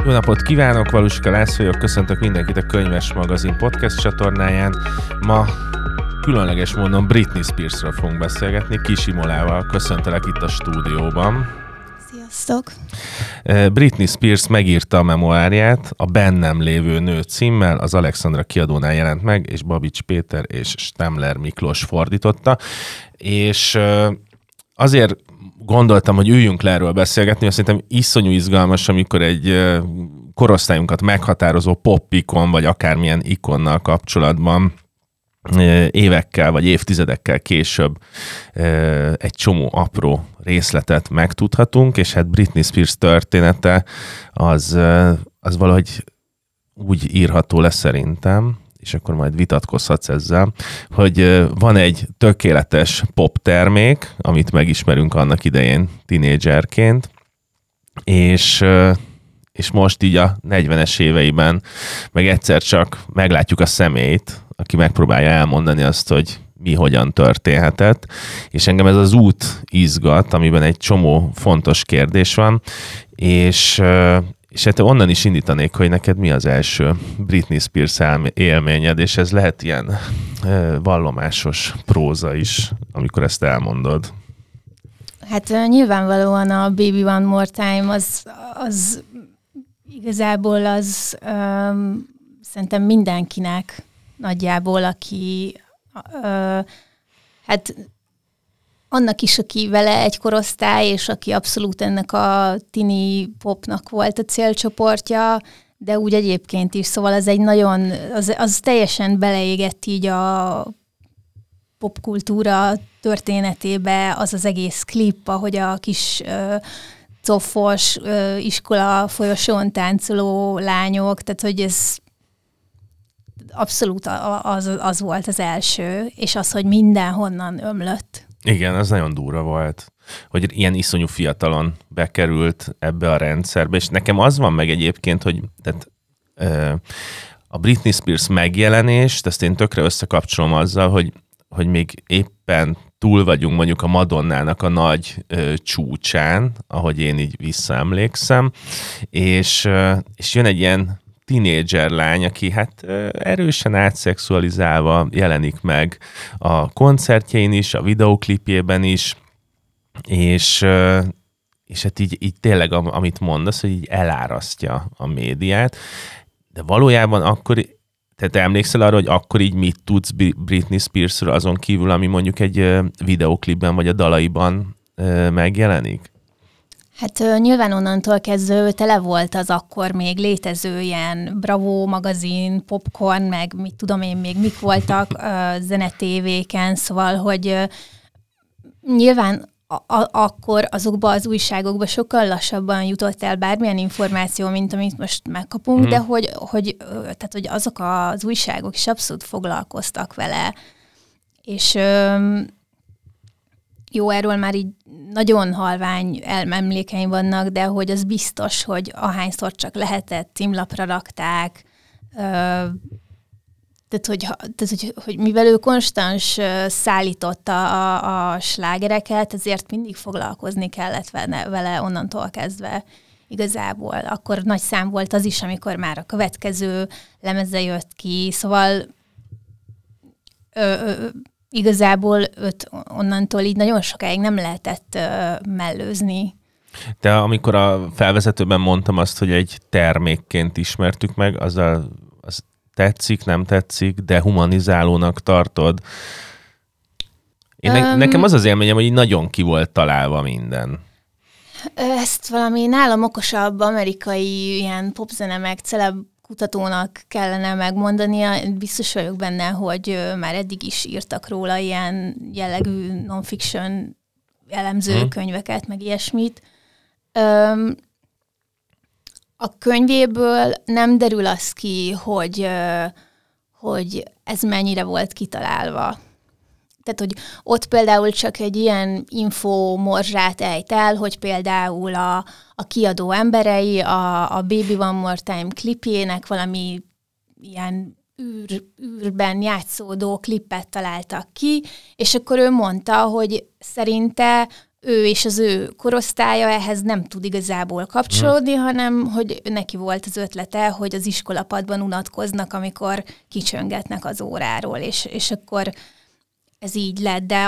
Jó napot kívánok, Valuska László vagyok, köszöntök mindenkit a Könyves Magazin podcast csatornáján. Ma különleges módon Britney Spearsről fogunk beszélgetni, Kis Imolával. Köszöntelek itt a stúdióban. Sziasztok! Britney Spears megírta a memoárját, a Bennem lévő nő címmel, az Alexandra kiadónál jelent meg, és Babics Péter és Stemler Miklós fordította. És azért gondoltam, hogy üljünk le erről beszélgetni, mert szerintem iszonyú izgalmas, amikor egy korosztályunkat meghatározó pop-ikon, vagy akármilyen ikonnal kapcsolatban évekkel, vagy évtizedekkel később egy csomó apró részletet megtudhatunk, és hát Britney Spears története az valahogy úgy írható le szerintem, és akkor majd vitatkozhatsz ezzel, hogy van egy tökéletes pop termék, amit megismerünk annak idején tinédzserként, és most így a 40-es éveiben meg egyszer csak meglátjuk a személyt, aki megpróbálja elmondani azt, hogy mi hogyan történhetett, és engem ez az út izgat, amiben egy csomó fontos kérdés van, és hát onnan is indítanék, hogy neked mi az első Britney Spears élményed, és ez lehet ilyen vallomásos próza is, amikor ezt elmondod. Hát nyilvánvalóan a Baby One More Time az igazából az szerintem mindenkinek nagyjából, aki hát annak is, aki vele egy korosztály, és aki abszolút ennek a tini popnak volt a célcsoportja, de úgy egyébként is, szóval ez egy nagyon, az teljesen beleégett így a popkultúra történetébe, az az egész klip, ahogy a kis cofos iskola folyosón táncoló lányok, tehát hogy ez abszolút az volt az első, és az, hogy mindenhonnan ömlött. Igen, az nagyon durva volt, hogy ilyen iszonyú fiatalon bekerült ebbe a rendszerbe, és nekem az van meg egyébként, hogy tehát, a Britney Spears megjelenést, ezt én tökre összekapcsolom azzal, hogy még éppen túl vagyunk mondjuk a Madonnának a nagy csúcsán, ahogy én így visszaemlékszem, és jön egy ilyen tinédzser lány, aki hát erősen átszexualizálva jelenik meg a koncertjein is, a videóklipjében is, és hát így tényleg, amit mondasz, hogy így elárasztja a médiát, de valójában akkor, tehát emlékszel arra, hogy akkor így mit tudsz Britney Spearsről azon kívül, ami mondjuk egy videóklipben vagy a dalaiban megjelenik? Hát nyilván onnantól kezdve tele volt az akkor még létező ilyen Bravo magazin, Popcorn, meg mit tudom én még mik voltak zenetévéken, szóval, hogy nyilván akkor azokba az újságokba sokkal lassabban jutott el bármilyen információ, mint amit most megkapunk, de hogy azok az újságok is abszolút foglalkoztak vele. És jó, erről már így nagyon halvány emlékeim vannak, de hogy az biztos, hogy ahányszor csak lehetett, címlapra rakták, tehát hogy mivel ő konstans szállította a slágereket, ezért mindig foglalkozni kellett vele onnantól kezdve igazából. Akkor nagy szám volt az is, amikor már a következő lemeze jött ki, szóval igazából őt onnantól így nagyon sokáig nem lehetett mellőzni. De amikor a felvezetőben mondtam azt, hogy egy termékként ismertük meg, az tetszik, nem tetszik, de humanizálónak tartod. Nekem az az élményem, hogy így nagyon ki volt találva minden. Ezt valami nálam okosabb amerikai ilyen popzene meg celeb kutatónak kellene megmondania. Biztos vagyok benne, hogy már eddig is írtak róla ilyen jellegű non-fiction elemző könyveket, meg ilyesmit. A könyvéből nem derül az ki, hogy ez mennyire volt kitalálva. Tehát, hogy ott például csak egy ilyen infomorzsát ejt el, hogy például a kiadó emberei a Baby One More Time klipjének valami ilyen űrben játszódó klippet találtak ki, és akkor ő mondta, hogy szerinte ő és az ő korosztálya ehhez nem tud igazából kapcsolódni, hanem hogy neki volt az ötlete, hogy az iskolapadban unatkoznak, amikor kicsöngetnek az óráról, és akkor ez így lett. De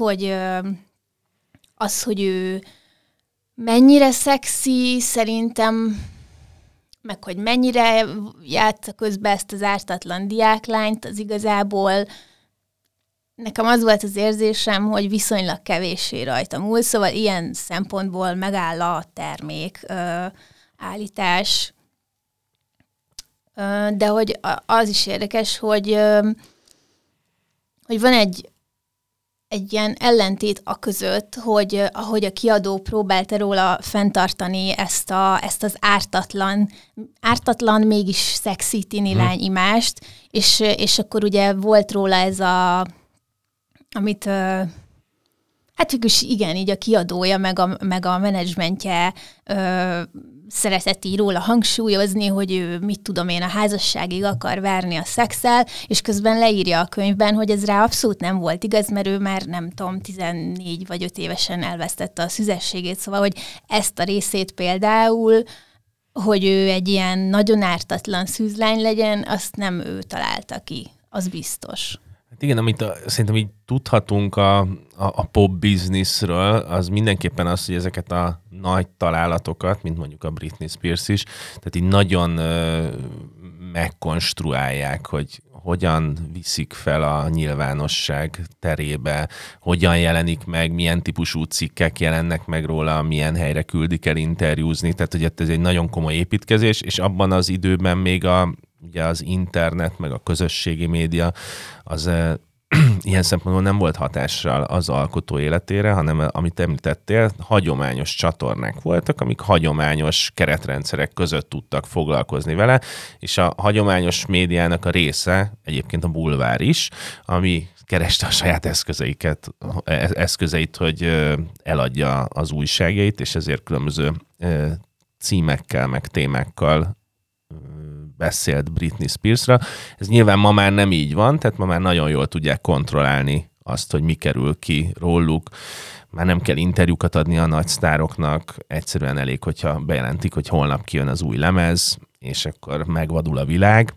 az, hogy ő mennyire szexi, szerintem, meg hogy mennyire játsza közben ezt az ártatlan diáklányt, az igazából nekem az volt az érzésem, hogy viszonylag kevéssé rajta múl, szóval ilyen szempontból megáll a termék állítás. De hogy az is érdekes, hogy van egy ilyen ellentét a között, hogy ahogy a kiadó próbálta róla fenntartani ezt az ártatlan, mégis szexi tinilány imást, és akkor ugye volt róla ez amit hát végülis igen, így a kiadója, meg a menedzsmentje szeretett így róla hangsúlyozni, hogy ő, mit tudom én, a házasságig akar várni a szexszel, és közben leírja a könyvben, hogy ez rá abszolút nem volt igaz, mert ő már nem tudom, 14 vagy 5 évesen elvesztette a szüzességét, szóval, hogy ezt a részét például, hogy ő egy ilyen nagyon ártatlan szűzlány legyen, azt nem ő találta ki, az biztos. Hát igen, amit szerintem így tudhatunk a pop businessről, az mindenképpen az, hogy ezeket a nagy találatokat, mint mondjuk a Britney Spears is, tehát így nagyon megkonstruálják, hogy hogyan viszik fel a nyilvánosság terébe, hogyan jelenik meg, milyen típusú cikkek jelennek meg róla, milyen helyre küldik el interjúzni, tehát hogy ez egy nagyon komoly építkezés, és abban az időben még ugye az internet, meg a közösségi média, az ilyen szempontból nem volt hatással az alkotó életére, hanem amit említettél, hagyományos csatornák voltak, amik hagyományos keretrendszerek között tudtak foglalkozni vele, és a hagyományos médiának a része egyébként a bulvár is, ami kereste a saját eszközeit, hogy eladja az újságjait, és ezért különböző címekkel, meg témákkal beszélt Britney Spearsra. Ez nyilván ma már nem így van, tehát ma már nagyon jól tudják kontrollálni azt, hogy mi kerül ki róluk. Már nem kell interjúkat adni a nagy sztároknak, egyszerűen elég, hogyha bejelentik, hogy holnap kijön az új lemez, és akkor megvadul a világ.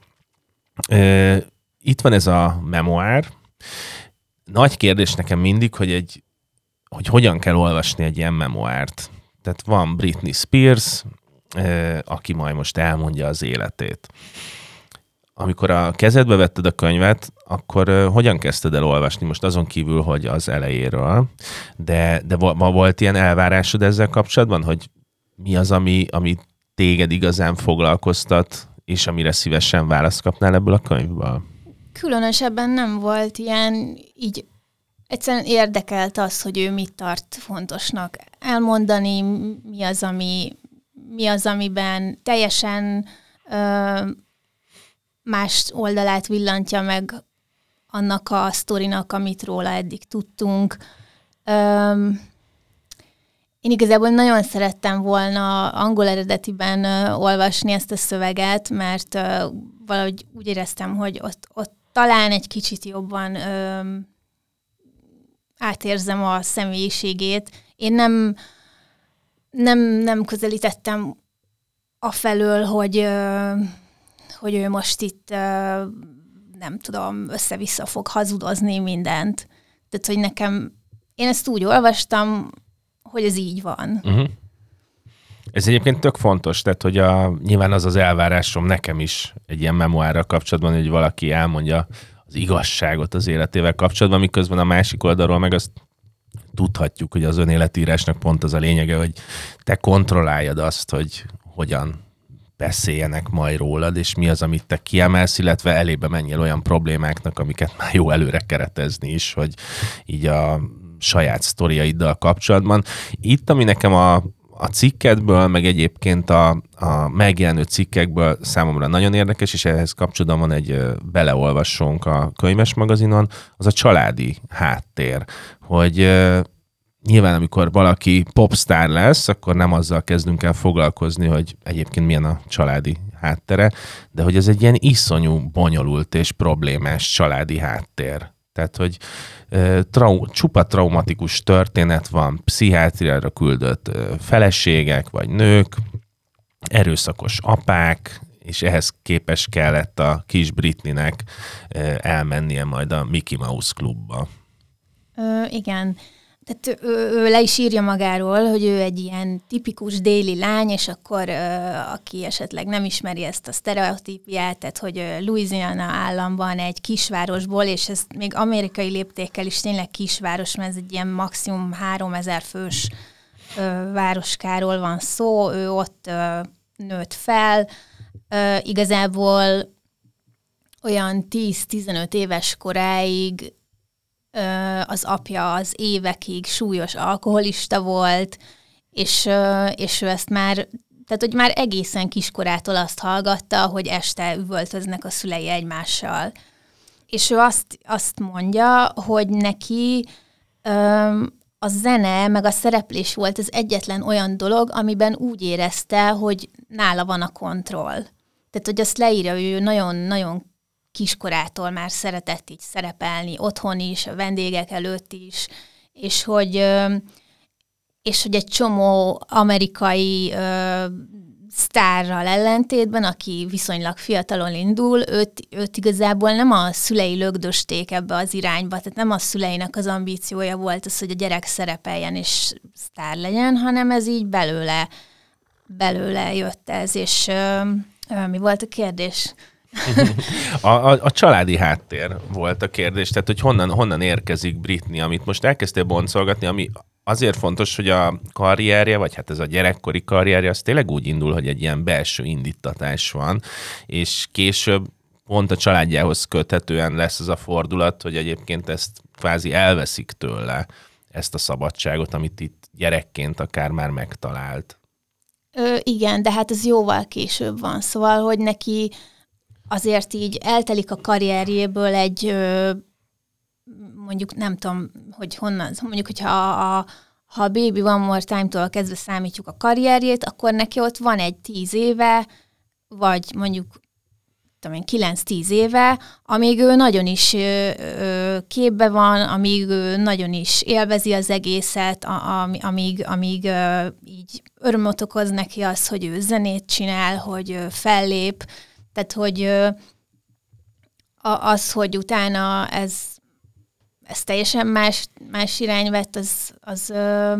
Itt van ez a memoár. Nagy kérdés nekem mindig, hogy hogyan kell olvasni egy ilyen memoárt. Tehát van Britney Spears, aki majd most elmondja az életét. Amikor a kezedbe vetted a könyvet, akkor hogyan kezdted el olvasni? Most azon kívül, hogy az elejéről, de volt ilyen elvárásod ezzel kapcsolatban, hogy mi az, ami téged igazán foglalkoztat, és amire szívesen választ kapnál ebből a könyvből? Különösebben nem volt ilyen, így egyszerűen érdekelt az, hogy ő mit tart fontosnak elmondani, mi az, amiben teljesen más oldalát villantja meg annak a sztorinak, amit róla eddig tudtunk. Én igazából nagyon szerettem volna angol eredetiben olvasni ezt a szöveget, mert valahogy úgy éreztem, hogy ott talán egy kicsit jobban átérzem a személyiségét. Én nem közelítettem afelől, hogy ő most itt, nem tudom, össze-vissza fog hazudozni mindent. Tehát, hogy én ezt úgy olvastam, hogy ez így van. Uh-huh. Ez egyébként tök fontos, tehát, hogy nyilván az elvárásom nekem is egy ilyen memoárral kapcsolatban, hogy valaki elmondja az igazságot az életével kapcsolatban, miközben a másik oldalról meg azt tudhatjuk, hogy az önéletírásnak pont az a lényege, hogy te kontrolláljad azt, hogy hogyan beszéljenek majd rólad, és mi az, amit te kiemelsz, illetve elébe menjél olyan problémáknak, amiket már jó előre keretezni is, hogy így a saját sztoriaiddal kapcsolatban. Itt, ami nekem a cikkedből, meg egyébként a megjelenő cikkekből számomra nagyon érdekes, és ehhez kapcsolatban van egy beleolvasónk a Könyves magazinon, az a családi háttér, hogy nyilván amikor valaki popstar lesz, akkor nem azzal kezdünk el foglalkozni, hogy egyébként milyen a családi háttere, de hogy ez egy ilyen iszonyú bonyolult és problémás családi háttér. Tehát, hogy csupa traumatikus történet van, pszichiátriára küldött feleségek vagy nők, erőszakos apák, és ehhez képes kellett a kis Britneynek elmennie majd a Mickey Mouse klubba. Igen. Tehát ő le is írja magáról, hogy ő egy ilyen tipikus déli lány, és akkor aki esetleg nem ismeri ezt a sztereotípiát, tehát hogy Louisiana államban egy kisvárosból, és ez még amerikai léptékkel is tényleg kisváros, mert ez egy ilyen maximum 3000 fős városkáról van szó, ő ott nőtt fel, igazából olyan 10-15 éves koráig az apja az évekig súlyos alkoholista volt, és ő ezt már, tehát hogy már egészen kiskorától azt hallgatta, hogy este üvöltöznek a szülei egymással. És ő azt mondja, hogy neki a zene meg a szereplés volt az egyetlen olyan dolog, amiben úgy érezte, hogy nála van a kontroll. Tehát, hogy azt leírja, hogy ő nagyon-nagyon kiskorától már szeretett így szerepelni, otthon is, a vendégek előtt is, és hogy egy csomó amerikai sztárral ellentétben, aki viszonylag fiatalon indul, őt igazából nem a szülei lögdösték ebbe az irányba, tehát nem a szüleinek az ambíciója volt az, hogy a gyerek szerepeljen és sztár legyen, hanem ez így belőle jött ez, és mi volt a kérdés? A családi háttér volt a kérdés, tehát hogy honnan érkezik Britney, amit most elkezdtél boncolgatni, ami azért fontos, hogy a karrierje, vagy hát ez a gyerekkori karrierje, az tényleg úgy indul, hogy egy ilyen belső indítatás van, és később pont a családjához köthetően lesz az a fordulat, hogy egyébként ezt kvázi elveszik tőle, ezt a szabadságot, amit itt gyerekként akár már megtalált. Igen, de hát ez jóval később van, szóval, hogy neki azért így eltelik a karrierjéből egy, mondjuk nem tudom, hogy honnan, mondjuk, hogyha ha a Baby One More Time-tól kezdve számítjuk a karrierjét, akkor neki ott van egy 10 éve, vagy mondjuk 9-10 éve, amíg ő nagyon is képbe van, amíg ő nagyon is élvezi az egészet, amíg így örömöt okoz neki az, hogy ő zenét csinál, hogy fellép. Tehát, hogy az, hogy utána ez teljesen más irány vett, az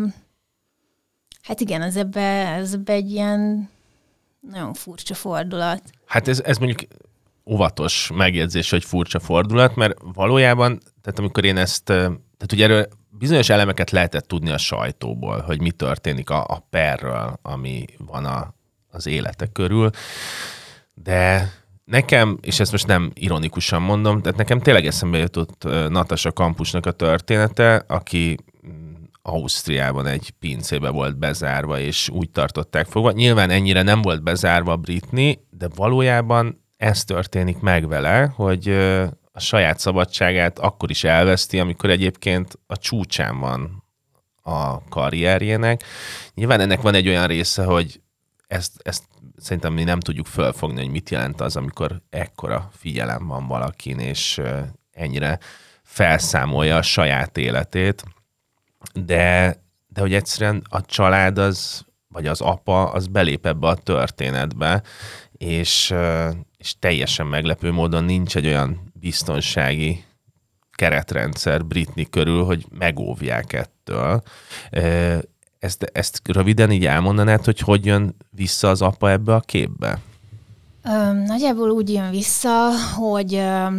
hát igen, az ebbe egy ilyen nagyon furcsa fordulat. Hát ez mondjuk óvatos megjegyzés, hogy furcsa fordulat, mert valójában, tehát amikor én ezt, tehát ugye erről bizonyos elemeket lehetett tudni a sajtóból, hogy mi történik a perről, ami van az élete körül, de nekem, és ezt most nem ironikusan mondom, tehát nekem tényleg eszembe jutott Natasha Campusnak a története, aki Ausztriában egy pincébe volt bezárva, és úgy tartották fogva. Nyilván ennyire nem volt bezárva Britney, de valójában ez történik meg vele, hogy a saját szabadságát akkor is elveszti, amikor egyébként a csúcsán van a karrierjének. Nyilván ennek van egy olyan része, hogy ezt szerintem mi nem tudjuk fölfogni, hogy mit jelent az, amikor ekkora figyelem van valakin, és ennyire felszámolja a saját életét. De hogy egyszerűen a család vagy az apa, az belép ebbe a történetbe, és teljesen meglepő módon nincs egy olyan biztonsági keretrendszer Britney körül, hogy megóvják ettől. Ezt röviden így elmondanád, hogy jön vissza az apa ebbe a képbe? Nagyjából úgy jön vissza, hogy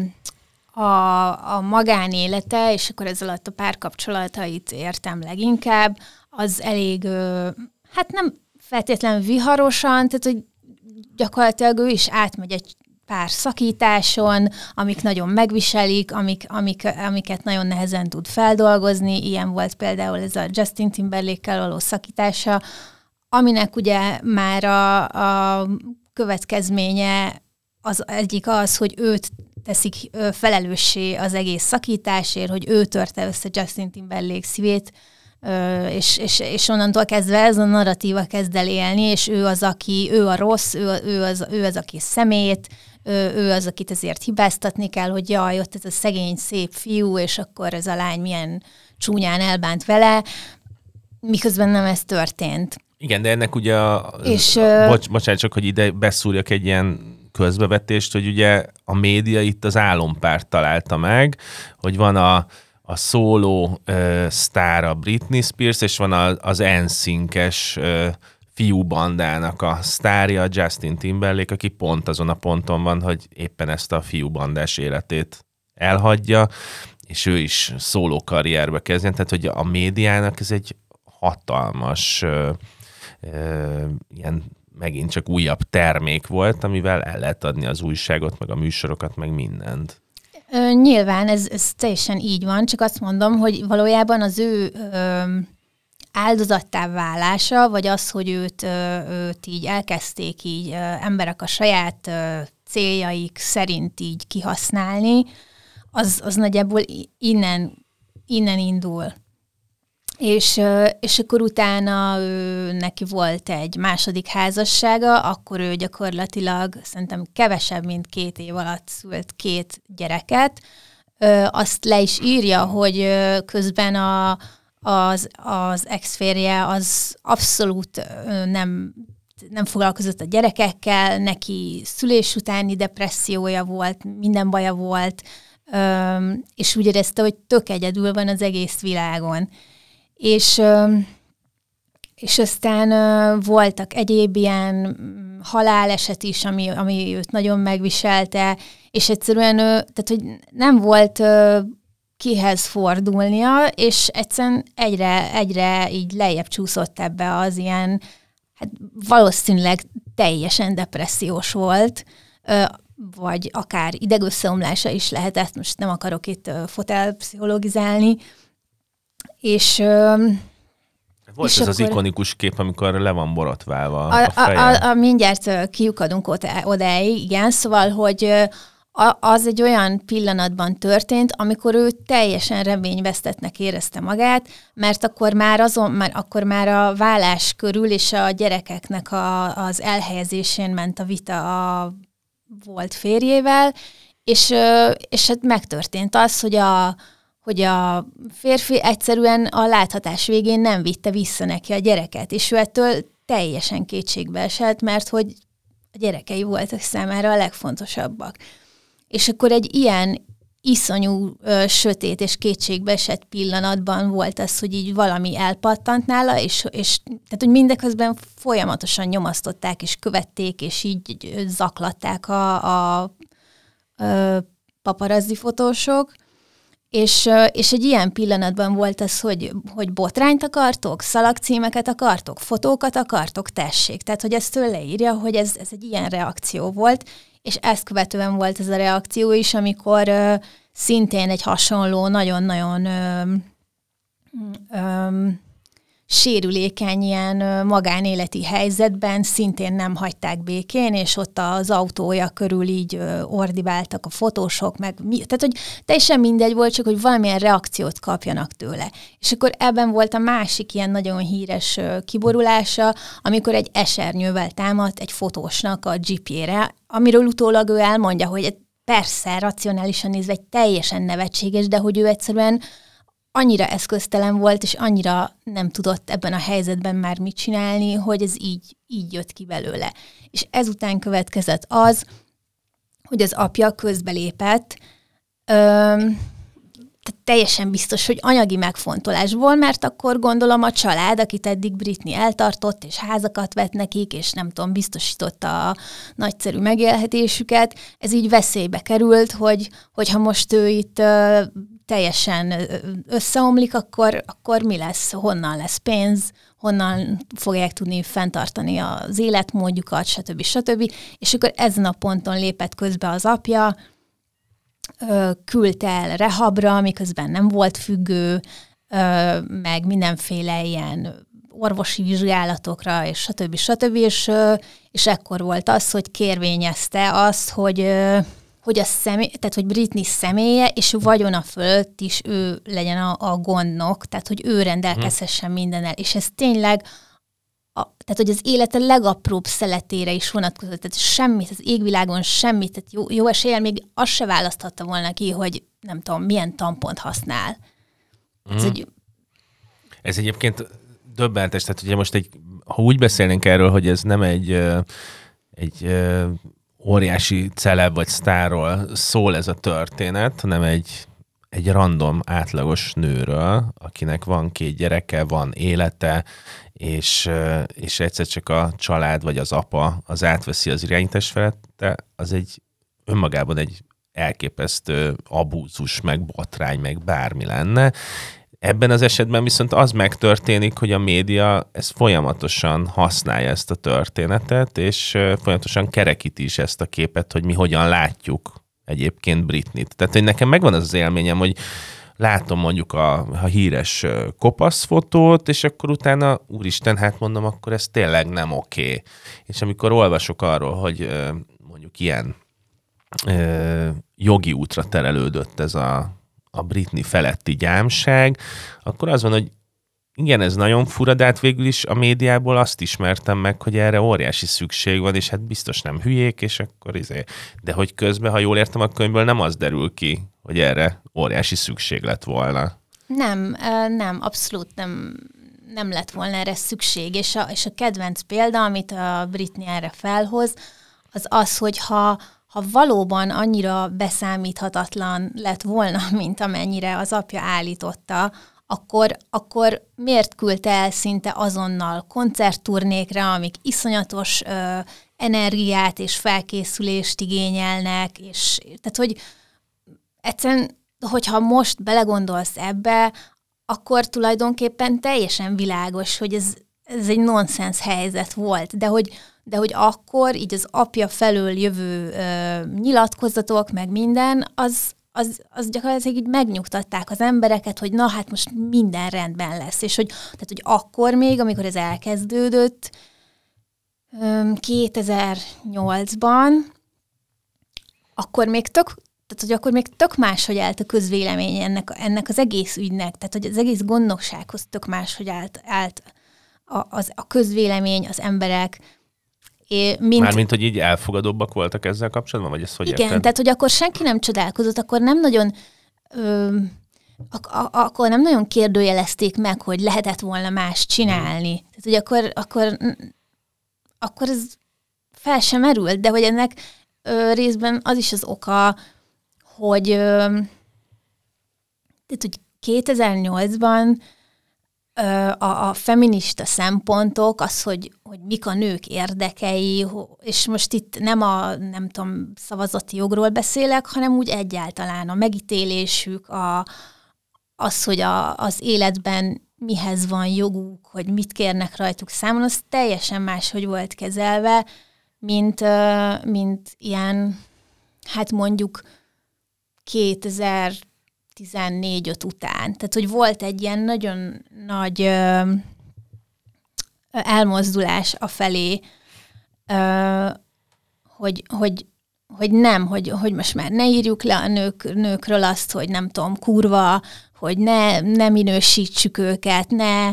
a magánélete, és akkor ez alatt a párkapcsolatait értem leginkább, az elég, hát nem feltétlenül viharosan, tehát hogy gyakorlatilag ő is átmegy egy pár szakításon, amik nagyon megviselik, amiket nagyon nehezen tud feldolgozni. Ilyen volt például ez a Justin Timberlake-kel való szakítása, aminek ugye már a következménye az egyik az, hogy őt teszik felelőssé az egész szakításért, hogy ő törte össze Justin Timberlake szívét, és onnantól kezdve ez a narratíva kezd el élni, és ő az, aki, ő a rossz, ő az, aki szemét, ő az, akit azért hibáztatni kell, hogy jaj, ott ez a szegény, szép fiú, és akkor ez a lány milyen csúnyán elbánt vele, miközben nem ez történt. Igen, de ennek ugye bocsánat, csak hogy ide beszúrjak egy ilyen közbevetést, hogy ugye a média itt az álompárt találta meg, hogy van a szóló sztára Britney Spears, és van az NSYNC-es fiúbandának a sztárja, Justin Timberlake, aki pont azon a ponton van, hogy éppen ezt a fiúbandás életét elhagyja, és ő is szóló karrierbe kezdjen. Tehát, hogy a médiának ez egy hatalmas ilyen megint csak újabb termék volt, amivel el lehet adni az újságot, meg a műsorokat, meg mindent. Nyilván ez teljesen így van, csak azt mondom, hogy valójában az ő áldozattá válása, vagy az, hogy őt így elkezdték így emberek a saját céljaik szerint így kihasználni, az nagyjából innen indul. És akkor utána neki volt egy második házassága, akkor ő gyakorlatilag szerintem kevesebb, mint 2 év alatt szült 2 gyereket. Azt le is írja, hogy közben az ex-férje az abszolút nem foglalkozott a gyerekekkel, neki szülés utáni depressziója volt, minden baja volt, és úgy érezte, hogy tök egyedül van az egész világon. És aztán voltak egyéb ilyen haláleset is, ami őt nagyon megviselte, és egyszerűen tehát, hogy nem volt kihez fordulnia, és egyszerűen egyre így lejjebb csúszott ebbe az ilyen, hát valószínűleg teljesen depressziós volt, vagy akár idegösszeomlása is lehetett, most nem akarok itt fotelpszichologizálni, és volt és ez az ikonikus kép, amikor le van borotválva a feje. Mindjárt kiukadunk odáig, igen, szóval, hogy az egy olyan pillanatban történt, amikor ő teljesen reményvesztettnek érezte magát, mert akkor már a vállás körül és a gyerekeknek az elhelyezésén ment a vita a volt férjével, és hát megtörtént az, hogy a férfi egyszerűen a láthatás végén nem vitte vissza neki a gyereket, és ő ettől teljesen kétségbe esett, mert hogy a gyerekei voltak számára a legfontosabbak. És akkor egy ilyen iszonyú sötét és kétségbe esett pillanatban volt az, hogy így valami elpattant nála, és tehát, hogy mindeközben folyamatosan nyomasztották, és követték, és így zaklatták a paparazzi fotósok, és egy ilyen pillanatban volt az, hogy botrányt akartok, szalagcímeket akartok, fotókat akartok, tessék. Tehát, hogy ezt ő leírja, hogy ez egy ilyen reakció volt, és ezt követően volt ez a reakció is, amikor szintén egy hasonló, nagyon-nagyon sérülékeny ilyen magánéleti helyzetben szintén nem hagyták békén, és ott az autója körül így ordibáltak a fotósok, tehát, hogy teljesen mindegy volt, csak hogy valamilyen reakciót kapjanak tőle. És akkor ebben volt a másik ilyen nagyon híres kiborulása, amikor egy esernyővel támadt egy fotósnak a jeepjére, amiről utólag ő elmondja, hogy persze, racionálisan nézve egy teljesen nevetséges, de hogy ő egyszerűen annyira eszköztelen volt, és annyira nem tudott ebben a helyzetben már mit csinálni, hogy ez így jött ki belőle. És ezután következett az, hogy az apja közbelépett, teljesen biztos, hogy anyagi megfontolásból, mert akkor gondolom a család, akit eddig Britney eltartott, és házakat vett nekik, és nem tudom, biztosította a nagyszerű megélhetésüket, ez így veszélybe került, hogy ha most ő itt teljesen összeomlik, akkor mi lesz, honnan lesz pénz, honnan fogják tudni fenntartani az életmódjukat, stb. És akkor ezen a ponton lépett közbe az apja, küldte el rehabra, miközben nem volt függő, meg mindenféle ilyen orvosi vizsgálatokra, és stb. És ekkor volt az, hogy kérvényezte azt, hogy tehát, hogy Britney személye és vagyona fölött is ő legyen a gondnok, tehát, hogy ő rendelkezhessen mindennel. És ez tényleg tehát, hogy az élete legapróbb szeletére is vonatkozott, tehát semmit, az égvilágon semmit, tehát jó eséllyel még azt se választhatta volna ki, hogy nem tudom, milyen tampont használ. Ez egyébként döbbenetes, tehát ugye most ha úgy beszélnénk erről, hogy ez nem egy óriási celeb vagy sztárról szól ez a történet, hanem egy random, átlagos nőről, akinek van 2 gyereke, van élete, és egyszer csak a család vagy az apa az átveszi az irányítás felette, az önmagában egy elképesztő abúzus, meg botrány, meg bármi lenne. Ebben az esetben viszont az megtörténik, hogy a média folyamatosan használja ezt a történetet, és folyamatosan kerekíti is ezt a képet, hogy mi hogyan látjuk egyébként Britneyt. Tehát hogy nekem megvan az élményem, hogy látom mondjuk a híres kopasz fotót, és akkor utána, úristen, hát mondom, akkor ez tényleg nem oké. És amikor olvasok arról, hogy mondjuk ilyen jogi útra terelődött ez a Britney feletti gyámság, akkor az van, hogy igen, ez nagyon fura, de hát végül is a médiából azt ismertem meg, hogy erre óriási szükség van, és hát biztos nem hülyék, és akkor De hogy közben, ha jól értem, a könyvből nem az derül ki, hogy erre óriási szükség lett volna. Nem, abszolút nem lett volna erre szükség, és a kedvenc példa, amit a Britney erre felhoz, az az, hogy ha valóban annyira beszámíthatatlan lett volna, mint amennyire az apja állította, akkor miért küldte el szinte azonnal koncertturnékra, amik iszonyatos energiát és felkészülést igényelnek, és tehát, hogy egyszerűen, hogyha most belegondolsz ebbe, akkor tulajdonképpen teljesen világos, hogy ez egy nonsens helyzet volt, de hogy akkor így az apja felől jövő nyilatkozatok, meg minden, az gyakorlatilag így megnyugtatták az embereket, hogy na hát most minden rendben lesz. És tehát, hogy akkor még, amikor ez elkezdődött, 2008-ban, akkor még tök máshogy állt a közvélemény ennek az egész ügynek, tehát hogy az egész gondnoksághoz tök máshogy állt a közvélemény, az emberek. Mármint, hogy így elfogadóbbak voltak ezzel kapcsolatban, vagy ezt hogy igen, érted? tehát hogy akkor senki nem csodálkozott, akkor nem nagyon akkor nem nagyon kérdőjelezték meg, hogy lehetett volna más csinálni. Tehát, hogy akkor ez fel sem merült, de hogy ennek részben az is az oka, hogy, tehát, hogy 2008-ban a feminista szempontok, az, hogy mik a nők érdekei, és most itt nem tudom, szavazati jogról beszélek, hanem úgy egyáltalán a megítélésük, az, hogy az életben mihez van joguk, hogy mit kérnek rajtuk számon, az teljesen máshogy volt kezelve, mint ilyen, hát mondjuk 2014-5 után. Tehát, hogy volt egy ilyen nagyon nagy elmozdulás afelé, hogy most már ne írjuk le a nőkről azt, hogy nem tudom, kurva, hogy ne minősítsük őket,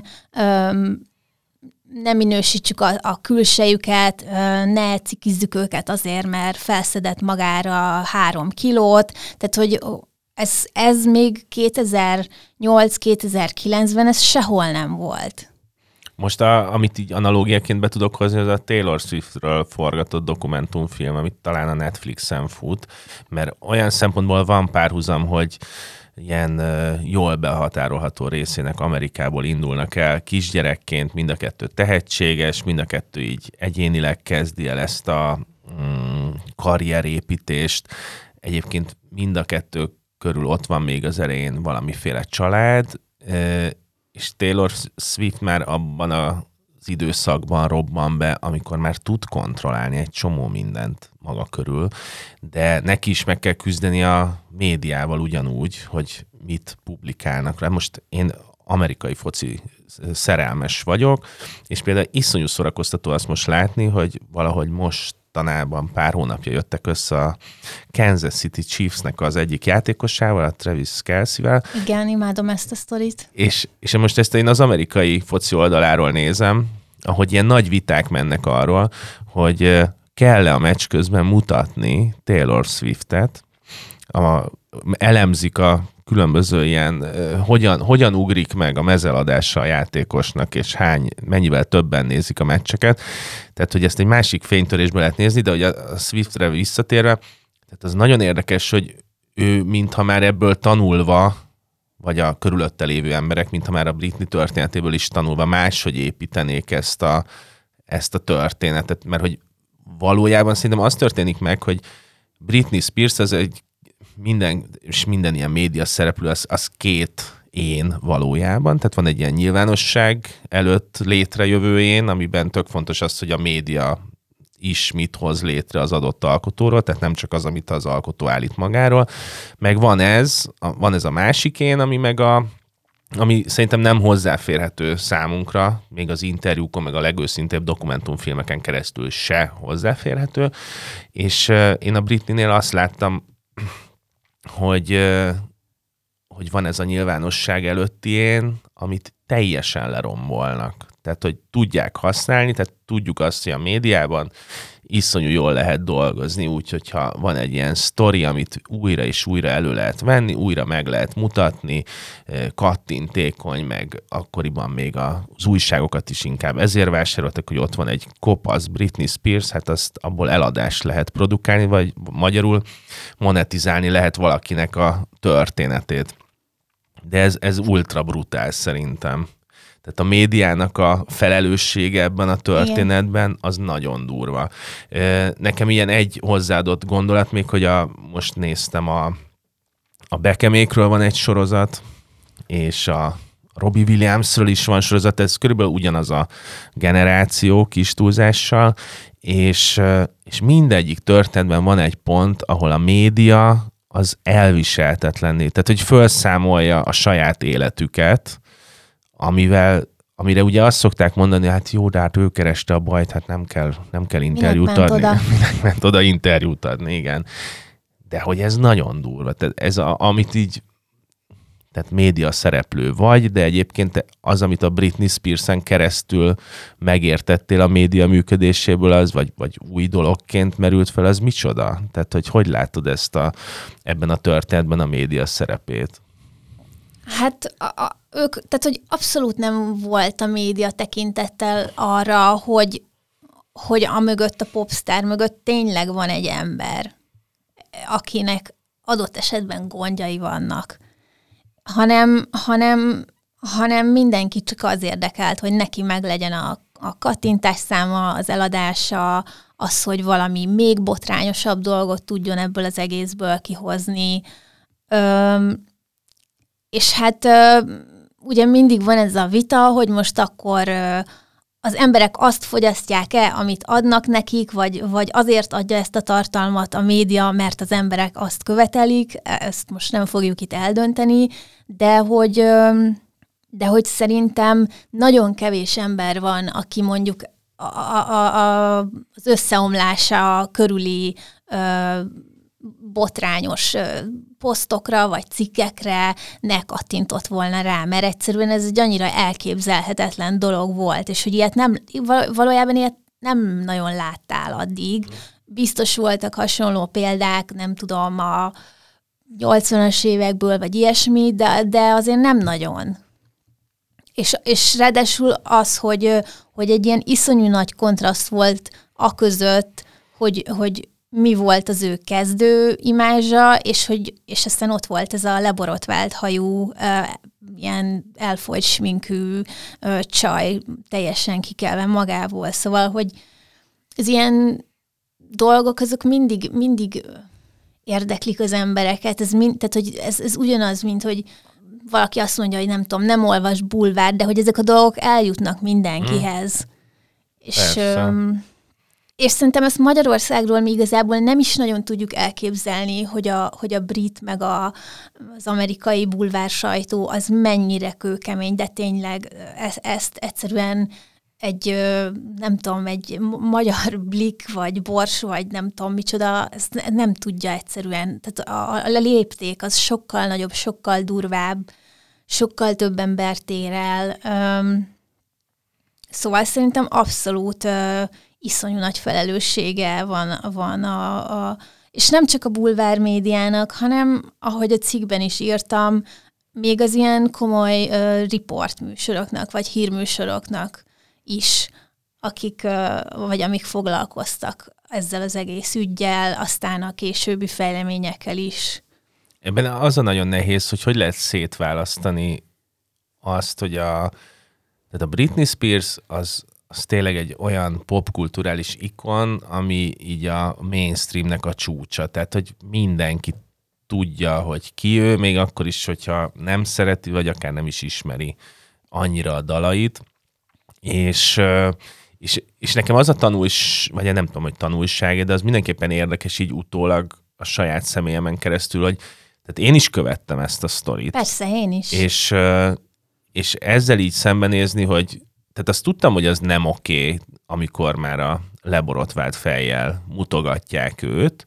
ne minősítsük a külsejüket, ne cikizzük őket azért, mert felszedett magára 3 kilót. Tehát, hogy ez még 2008-2009-ben ez sehol nem volt. Most amit így analógiaként be tudok hozni, az a Taylor Swiftről forgatott dokumentumfilm, amit talán a Netflixen fut, mert olyan szempontból van párhuzam, hogy ilyen jól behatárolható részének Amerikából indulnak el kisgyerekként, mind a kettő tehetséges, mind a kettő így egyénileg kezdi el ezt a karrierépítést. Egyébként mind a kettő körül ott van még az elején valamiféle család, és Taylor Swift már abban az időszakban robban be, amikor már tud kontrollálni egy csomó mindent maga körül, de neki is meg kell küzdeni a médiával ugyanúgy, hogy mit publikálnak rá. Most én amerikai foci szerelmes vagyok, és például iszonyú szórakoztató azt most látni, hogy valahogy mostanában pár hónapja jöttek össze a Kansas City Chiefsnek az egyik játékosával, a Travis Kelce-vel. Igen, imádom ezt a sztorit. És most ezt én az amerikai foci oldaláról nézem, ahogy ilyen nagy viták mennek arról, hogy kell-e a meccs közben mutatni Taylor Swiftet, elemzik a különböző ilyen, hogyan ugrik meg a mezeladása a játékosnak, és mennyivel többen nézik a meccseket. Tehát, hogy ezt egy másik fénytörésből lehet nézni, de hogy a Swiftre visszatérve, tehát az nagyon érdekes, hogy ő mintha már ebből tanulva, vagy a körülötte lévő emberek, mintha már a Britney történetéből is tanulva máshogy építenék ezt a történetet, mert hogy valójában szerintem az történik meg, hogy Britney Spears az egy minden ilyen média szereplő, az két én valójában, tehát van egy ilyen nyilvánosság előtt létrejövő én, amiben tök fontos az, hogy a média is mit hoz létre az adott alkotóról, tehát nem csak az, amit az alkotó állít magáról, meg van ez a másik én, ami szerintem nem hozzáférhető számunkra, még az interjúkon, meg a legőszintébb dokumentumfilmeken keresztül se hozzáférhető, és én a Britneynél azt láttam, hogy van ez a nyilvánosság előtti én, amit teljesen lerombolnak. Tehát, hogy tudják használni, tehát tudjuk azt, hogy a médiában iszonyú jól lehet dolgozni, úgy, hogyha van egy ilyen sztori, amit újra és újra elő lehet venni, újra meg lehet mutatni, kattintékony, meg akkoriban még az újságokat is inkább ezért vásároltak, hogy ott van egy kopasz Britney Spears, hát azt abból eladást lehet produkálni, vagy magyarul monetizálni lehet valakinek a történetét. De ez ultra brutál szerintem. Tehát a médiának a felelőssége ebben a történetben az nagyon durva. Nekem ilyen egy hozzáadott gondolat még, hogy most néztem a Beckhamékről van egy sorozat, és a Robbie Williamsről is van sorozat, ez körülbelül ugyanaz a generáció kis túlzással, és mindegyik történetben van egy pont, ahol a média az elviselhetetlenné, tehát hogy felszámolja a saját életüket, amire ugye azt szokták mondani, hát jó, de hát ő kereste a bajt, hát nem kell interjút adni. Minek ment oda interjút adni, igen. De hogy ez nagyon durva. Tehát ez amit így, tehát média szereplő vagy, de egyébként az, amit a Britney Spearsen keresztül megértettél a média működéséből, az vagy új dologként merült fel, az micsoda? Tehát, hogy látod ezt ebben a történetben a média szerepét? Hát ők, tehát hogy abszolút nem volt a média tekintettel arra, hogy amögött, a popstar mögött tényleg van egy ember, akinek adott esetben gondjai vannak. Hanem mindenki csak az érdekelt, hogy neki meglegyen a kattintás száma, az eladása, az, hogy valami még botrányosabb dolgot tudjon ebből az egészből kihozni. És hát ugye mindig van ez a vita, hogy most akkor az emberek azt fogyasztják-e, amit adnak nekik, vagy azért adja ezt a tartalmat a média, mert az emberek azt követelik, ezt most nem fogjuk itt eldönteni, de hogy szerintem nagyon kevés ember van, aki mondjuk az összeomlása körüli botrányos posztokra vagy cikkekre ne kattintott volna rá, mert egyszerűen ez egy annyira elképzelhetetlen dolog volt, és hogy valójában ilyet nem nagyon láttál addig. Biztos voltak hasonló példák, nem tudom, a 80-as évekből, vagy ilyesmi, de azért nem nagyon. És ráadásul az, hogy egy ilyen iszonyú nagy kontraszt volt aközött, hogy mi volt az ő kezdő imázsa, és aztán ott volt ez a leborotvált hajú, ilyen elfolyt sminkű csaj, teljesen kikelve magából. Szóval, hogy az ilyen dolgok, azok mindig érdeklik az embereket. Tehát, hogy ez ugyanaz, mint hogy valaki azt mondja, hogy nem tudom, nem olvas bulvárt, de hogy ezek a dolgok eljutnak mindenkihez. És szerintem ezt Magyarországról mi igazából nem is nagyon tudjuk elképzelni, hogy a brit meg az amerikai bulvár sajtó az mennyire kőkemény, de tényleg ezt egyszerűen nem tudom, egy magyar Blik, vagy Bors, vagy nem tudom micsoda, ezt nem tudja egyszerűen. Tehát a lépték az sokkal nagyobb, sokkal durvább, sokkal több embert ér el. Szóval szerintem abszolút iszonyú nagy felelőssége van és nem csak a bulvár médiának, hanem, ahogy a cikkben is írtam, még az ilyen komoly riportműsoroknak, vagy hírműsoroknak is, amik foglalkoztak ezzel az egész üggyel, aztán a későbbi fejleményekkel is. Ebben az a nagyon nehéz, hogy lehet szétválasztani azt, hogy tehát a Britney Spears az tényleg egy olyan popkulturális ikon, ami így a mainstreamnek a csúcsa. Tehát, hogy mindenki tudja, hogy ki ő, még akkor is, hogyha nem szereti, vagy akár nem is ismeri annyira a dalait. És nekem az a vagy nem tudom, hogy tanulság, de az mindenképpen érdekes így utólag a saját személyemen keresztül, hogy tehát én is követtem ezt a sztorit. Persze, én is. És ezzel így szembenézni, hogy tehát azt tudtam, hogy az nem oké, amikor már a leborotvált fejjel mutogatják őt,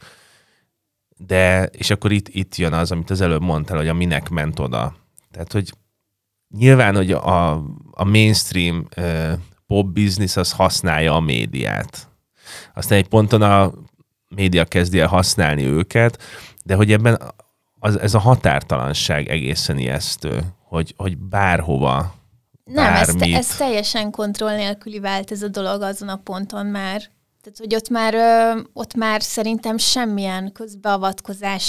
és akkor itt jön az, amit az előbb mondtál, hogy a minek ment oda. Tehát, hogy nyilván, hogy a mainstream pop business az használja a médiát. Aztán egy ponton a média kezdi el használni őket, de hogy ebben ez a határtalanság egészen ijesztő, hogy bárhova, nem, ez teljesen kontroll nélküli vált ez a dolog azon a ponton már. Tehát, hogy ott már szerintem semmilyen közbeavatkozás,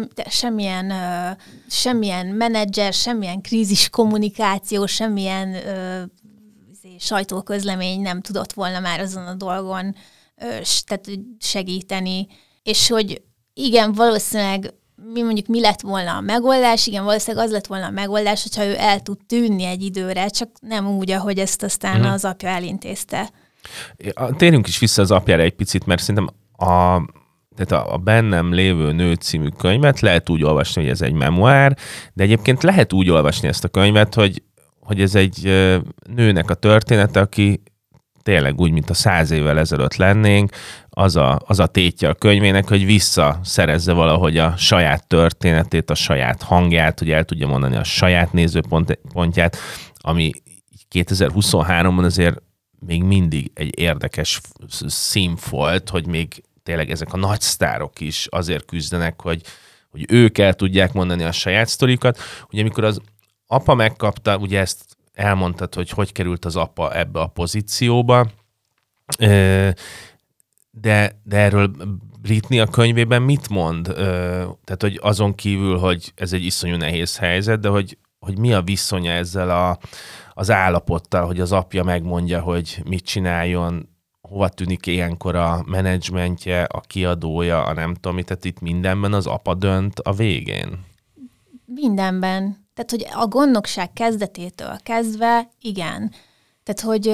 semmilyen menedzser, semmilyen krízis kommunikáció, semmilyen sajtóközlemény nem tudott volna már azon a dolgon tehát segíteni. És hogy igen, valószínűleg mi lett volna a megoldás? Igen, valószínűleg az lett volna a megoldás, hogyha ő el tud tűnni egy időre, csak nem úgy, ahogy ezt aztán az apja elintézte. Térjünk is vissza az apjára egy picit, mert szerintem tehát a Bennem lévő nő című könyvet lehet úgy olvasni, hogy ez egy memoár, de egyébként lehet úgy olvasni ezt a könyvet, hogy ez egy nőnek a története, aki tényleg úgy, mint a 100 évvel ezelőtt lennénk, az a tétje a könyvének, hogy visszaszerezze valahogy a saját történetét, a saját hangját, hogy el tudja mondani a saját nézőpontját, ami 2023-ban azért még mindig egy érdekes színfolt, hogy még tényleg ezek a nagy sztárok is azért küzdenek, hogy ők el tudják mondani a saját sztorikat. Ugye amikor az apa megkapta, ugye ezt elmondtad, hogy került az apa ebbe a pozícióba, de erről Britney a könyvében mit mond? Tehát, hogy azon kívül, hogy ez egy iszonyú nehéz helyzet, de hogy mi a viszonya ezzel az állapottal, hogy az apja megmondja, hogy mit csináljon, hova tűnik ilyenkor a menedzsmentje, a kiadója, a nem tudom, tehát itt mindenben az apa dönt a végén? Mindenben. Tehát, hogy a gondnokság kezdetétől kezdve, igen. Tehát, hogy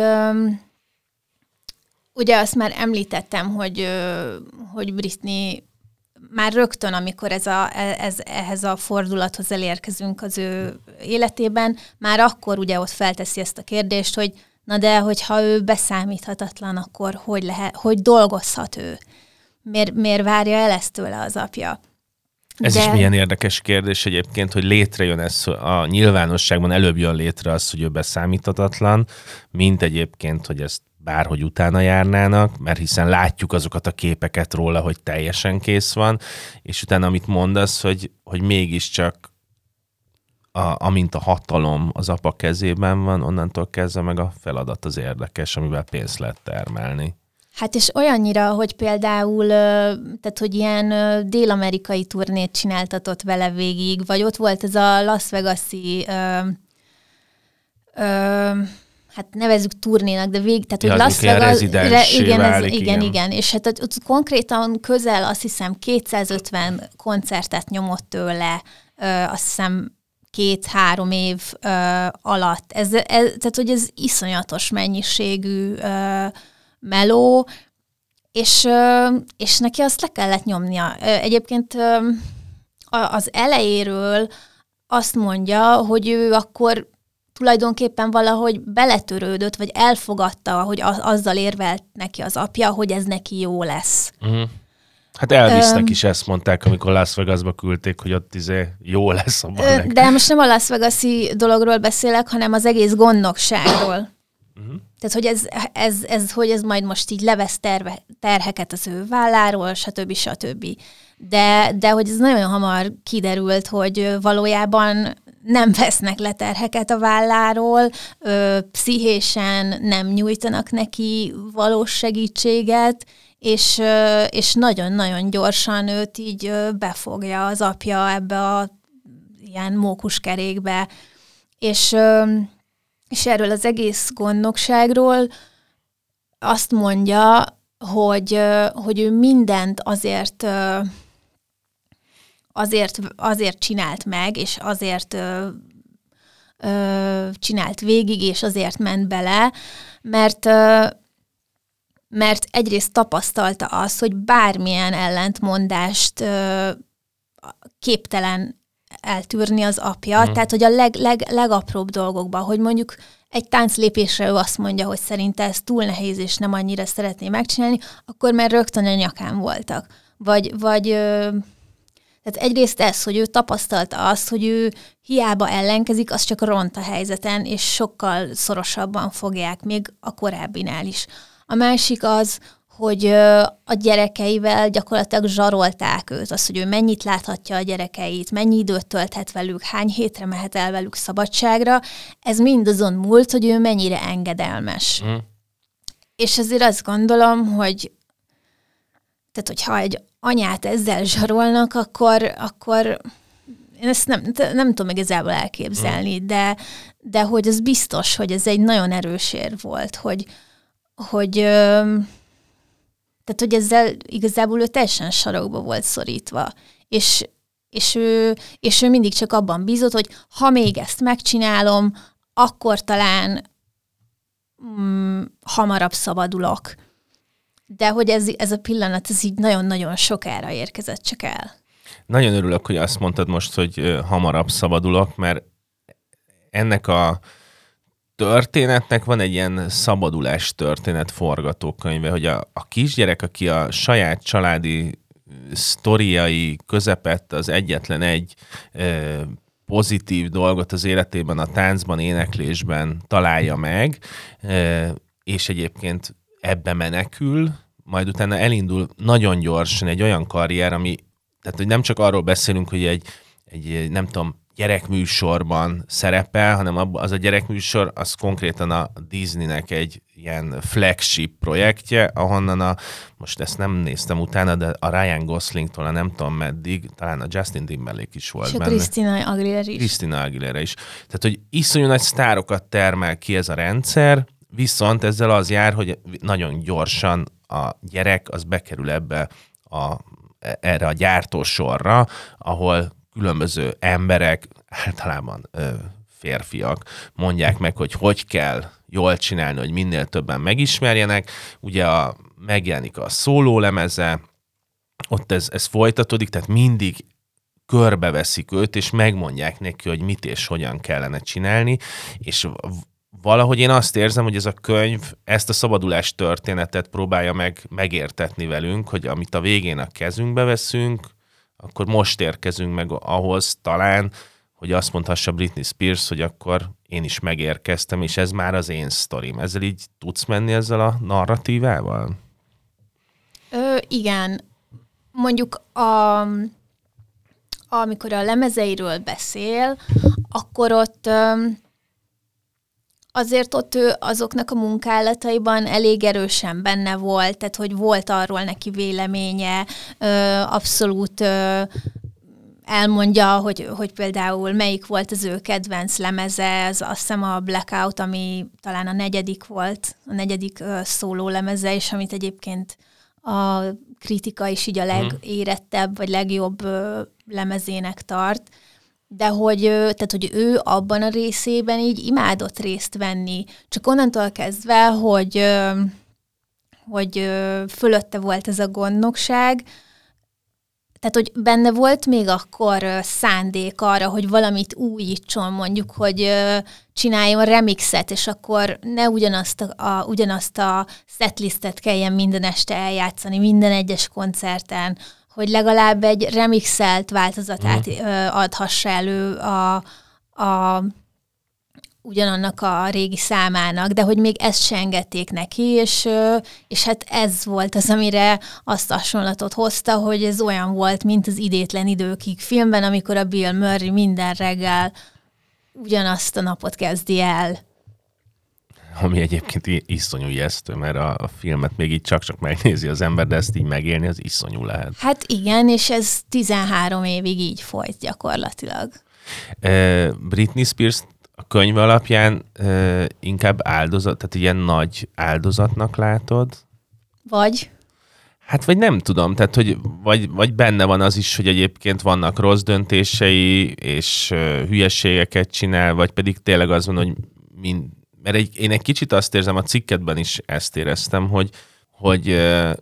ugye azt már említettem, hogy Britney már rögtön, amikor ehhez a fordulathoz elérkezünk az ő életében, már akkor ugye ott felteszi ezt a kérdést, hogy na de, hogyha ő beszámíthatatlan, akkor hogy dolgozhat ő? Miért várja el ezt tőle az apja? Ez is milyen érdekes kérdés egyébként, hogy létrejön ez a nyilvánosságban, előbb jön létre az, hogy ő beszámíthatatlan, mint egyébként, hogy ezt bárhogy utána járnának, mert hiszen látjuk azokat a képeket róla, hogy teljesen kész van, és utána amit mondasz, hogy mégiscsak amint a hatalom az apa kezében van, onnantól kezdve meg a feladat az érdekes, amivel pénzt lehet termelni. Hát és olyannyira, hogy például, tehát hogy ilyen dél-amerikai turnét csináltatott vele végig, vagy ott volt ez a Las Vegas-i, hát nevezzük turnénak, de tehát hogy Las Vegas, igen, és hát ott konkrétan közel, azt hiszem 250 koncertet nyomott tőle, azt hiszem 2-3 év alatt. Tehát, hogy ez iszonyatos mennyiségű meló, és neki azt le kellett nyomnia. Egyébként az elejéről azt mondja, hogy ő akkor tulajdonképpen valahogy beletörődött, vagy elfogadta, hogy azzal érvelt neki az apja, hogy ez neki jó lesz. Uh-huh. Hát Elvisnek is ezt mondták, amikor Las Vegasba küldték, hogy ott jó lesz a De most nem a Las Vegas-i dologról beszélek, hanem az egész gondnokságról. Tehát, hogy hogy ez majd most így levesz terheket az ő válláról, stb. De hogy ez nagyon hamar kiderült, hogy valójában nem vesznek le terheket a válláról, pszichésen nem nyújtanak neki valós segítséget, és nagyon-nagyon gyorsan őt így befogja az apja ebbe a ilyen mókuskerékbe. És erről az egész gondnokságról azt mondja, hogy ő mindent azért csinált meg, és azért csinált végig, és azért ment bele, mert egyrészt tapasztalta azt, hogy bármilyen ellentmondást képtelen eltűrni az apja, tehát hogy a legapróbb dolgokban, hogy mondjuk egy tánclépésre ő azt mondja, hogy szerinte ez túl nehéz, és nem annyira szeretné megcsinálni, akkor már rögtön a nyakán voltak. Tehát egyrészt ez, hogy ő tapasztalta azt, hogy ő hiába ellenkezik, az csak ront a helyzeten, és sokkal szorosabban fogják, még a korábbinál is. A másik az, hogy a gyerekeivel gyakorlatilag zsarolták őt, az, hogy ő mennyit láthatja a gyerekeit, mennyi időt tölthet velük, hány hétre mehet el velük szabadságra, ez mind azon múlt, hogy ő mennyire engedelmes. És ezért azt gondolom, hogy tehát, hogyha egy anyát ezzel zsarolnak, akkor én ezt nem tudom igazából elképzelni, de hogy az biztos, hogy ez egy nagyon erős érv volt, hogy ezzel igazából ő teljesen sarokba volt szorítva. És ő mindig csak abban bízott, hogy ha még ezt megcsinálom, akkor talán hamarabb szabadulok. De hogy ez a pillanat, ez így nagyon-nagyon sokára érkezett csak el. Nagyon örülök, hogy azt mondtad most, hogy hamarabb szabadulok, mert ennek a történetnek van egy ilyen szabadulás történet forgatókönyve, hogy a kisgyerek, aki a saját családi sztoriai közepette az egyetlen egy pozitív dolgot az életében, a táncban, éneklésben találja meg, és egyébként ebbe menekül, majd utána elindul nagyon gyorsan egy olyan karrier, ami, tehát hogy nem csak arról beszélünk, hogy egy nem tudom, gyerekműsorban szerepel, hanem az a gyerekműsor, az konkrétan a Disneynek egy ilyen flagship projektje, ahonnan most ezt nem néztem utána, de a Ryan Goslingtól nem tudom meddig, talán a Justin Timberlake is volt benne. És a Christina Aguilera is. Tehát, hogy iszonyú nagy sztárokat termel ki ez a rendszer, viszont ezzel az jár, hogy nagyon gyorsan a gyerek az bekerül erre a gyártósorra, ahol különböző emberek, általában férfiak mondják meg, hogy kell jól csinálni, hogy minél többen megismerjenek. Ugye megjelenik a szólólemeze, ott ez folytatódik, tehát mindig körbeveszik őt, és megmondják neki, hogy mit és hogyan kellene csinálni, és valahogy én azt érzem, hogy ez a könyv ezt a szabadulás történetet próbálja megértetni velünk, hogy amit a végén a kezünkbe veszünk, akkor most érkezünk meg ahhoz talán, hogy azt mondhassa Britney Spears, hogy akkor én is megérkeztem, és ez már az én sztorim. Ezzel így tudsz menni ezzel a narratívával? Igen. Mondjuk amikor a lemezeiről beszél, akkor ott ő azoknak a munkálataiban elég erősen benne volt, tehát hogy volt arról neki véleménye, abszolút elmondja, hogy például melyik volt az ő kedvenc lemeze, azt hiszem a Blackout, ami talán a negyedik szóló lemeze, és amit egyébként a kritika is így a legérettebb, vagy legjobb lemezének tart. De hogy ő abban a részében így imádott részt venni. Csak onnantól kezdve, hogy fölötte volt ez a gondnokság, tehát hogy benne volt még akkor szándék arra, hogy valamit újítson, mondjuk, hogy csináljon remixet, és akkor ne ugyanazt a setlistet kelljen minden este eljátszani, minden egyes koncerten, hogy legalább egy remixelt változatát adhassa elő ugyanannak a régi számának, de hogy még ezt se engedték neki, és hát ez volt az, amire azt hasonlatot hozta, hogy ez olyan volt, mint az Idétlen időkig filmben, amikor a Bill Murray minden reggel ugyanazt a napot kezdi el. Ami egyébként iszonyú ijesztő, mert a filmet még így csak-csak megnézi az ember, de ezt így megélni, az iszonyú lehet. Hát igen, és ez 13 évig így folyt gyakorlatilag. Britney Spears a könyv alapján inkább áldozat, tehát ilyen nagy áldozatnak látod? Vagy? Hát vagy nem tudom, tehát hogy vagy benne van az is, hogy egyébként vannak rossz döntései, és hülyeségeket csinál, vagy pedig tényleg az van, hogy mert én egy kicsit azt érzem, a cikketben is ezt éreztem, hogy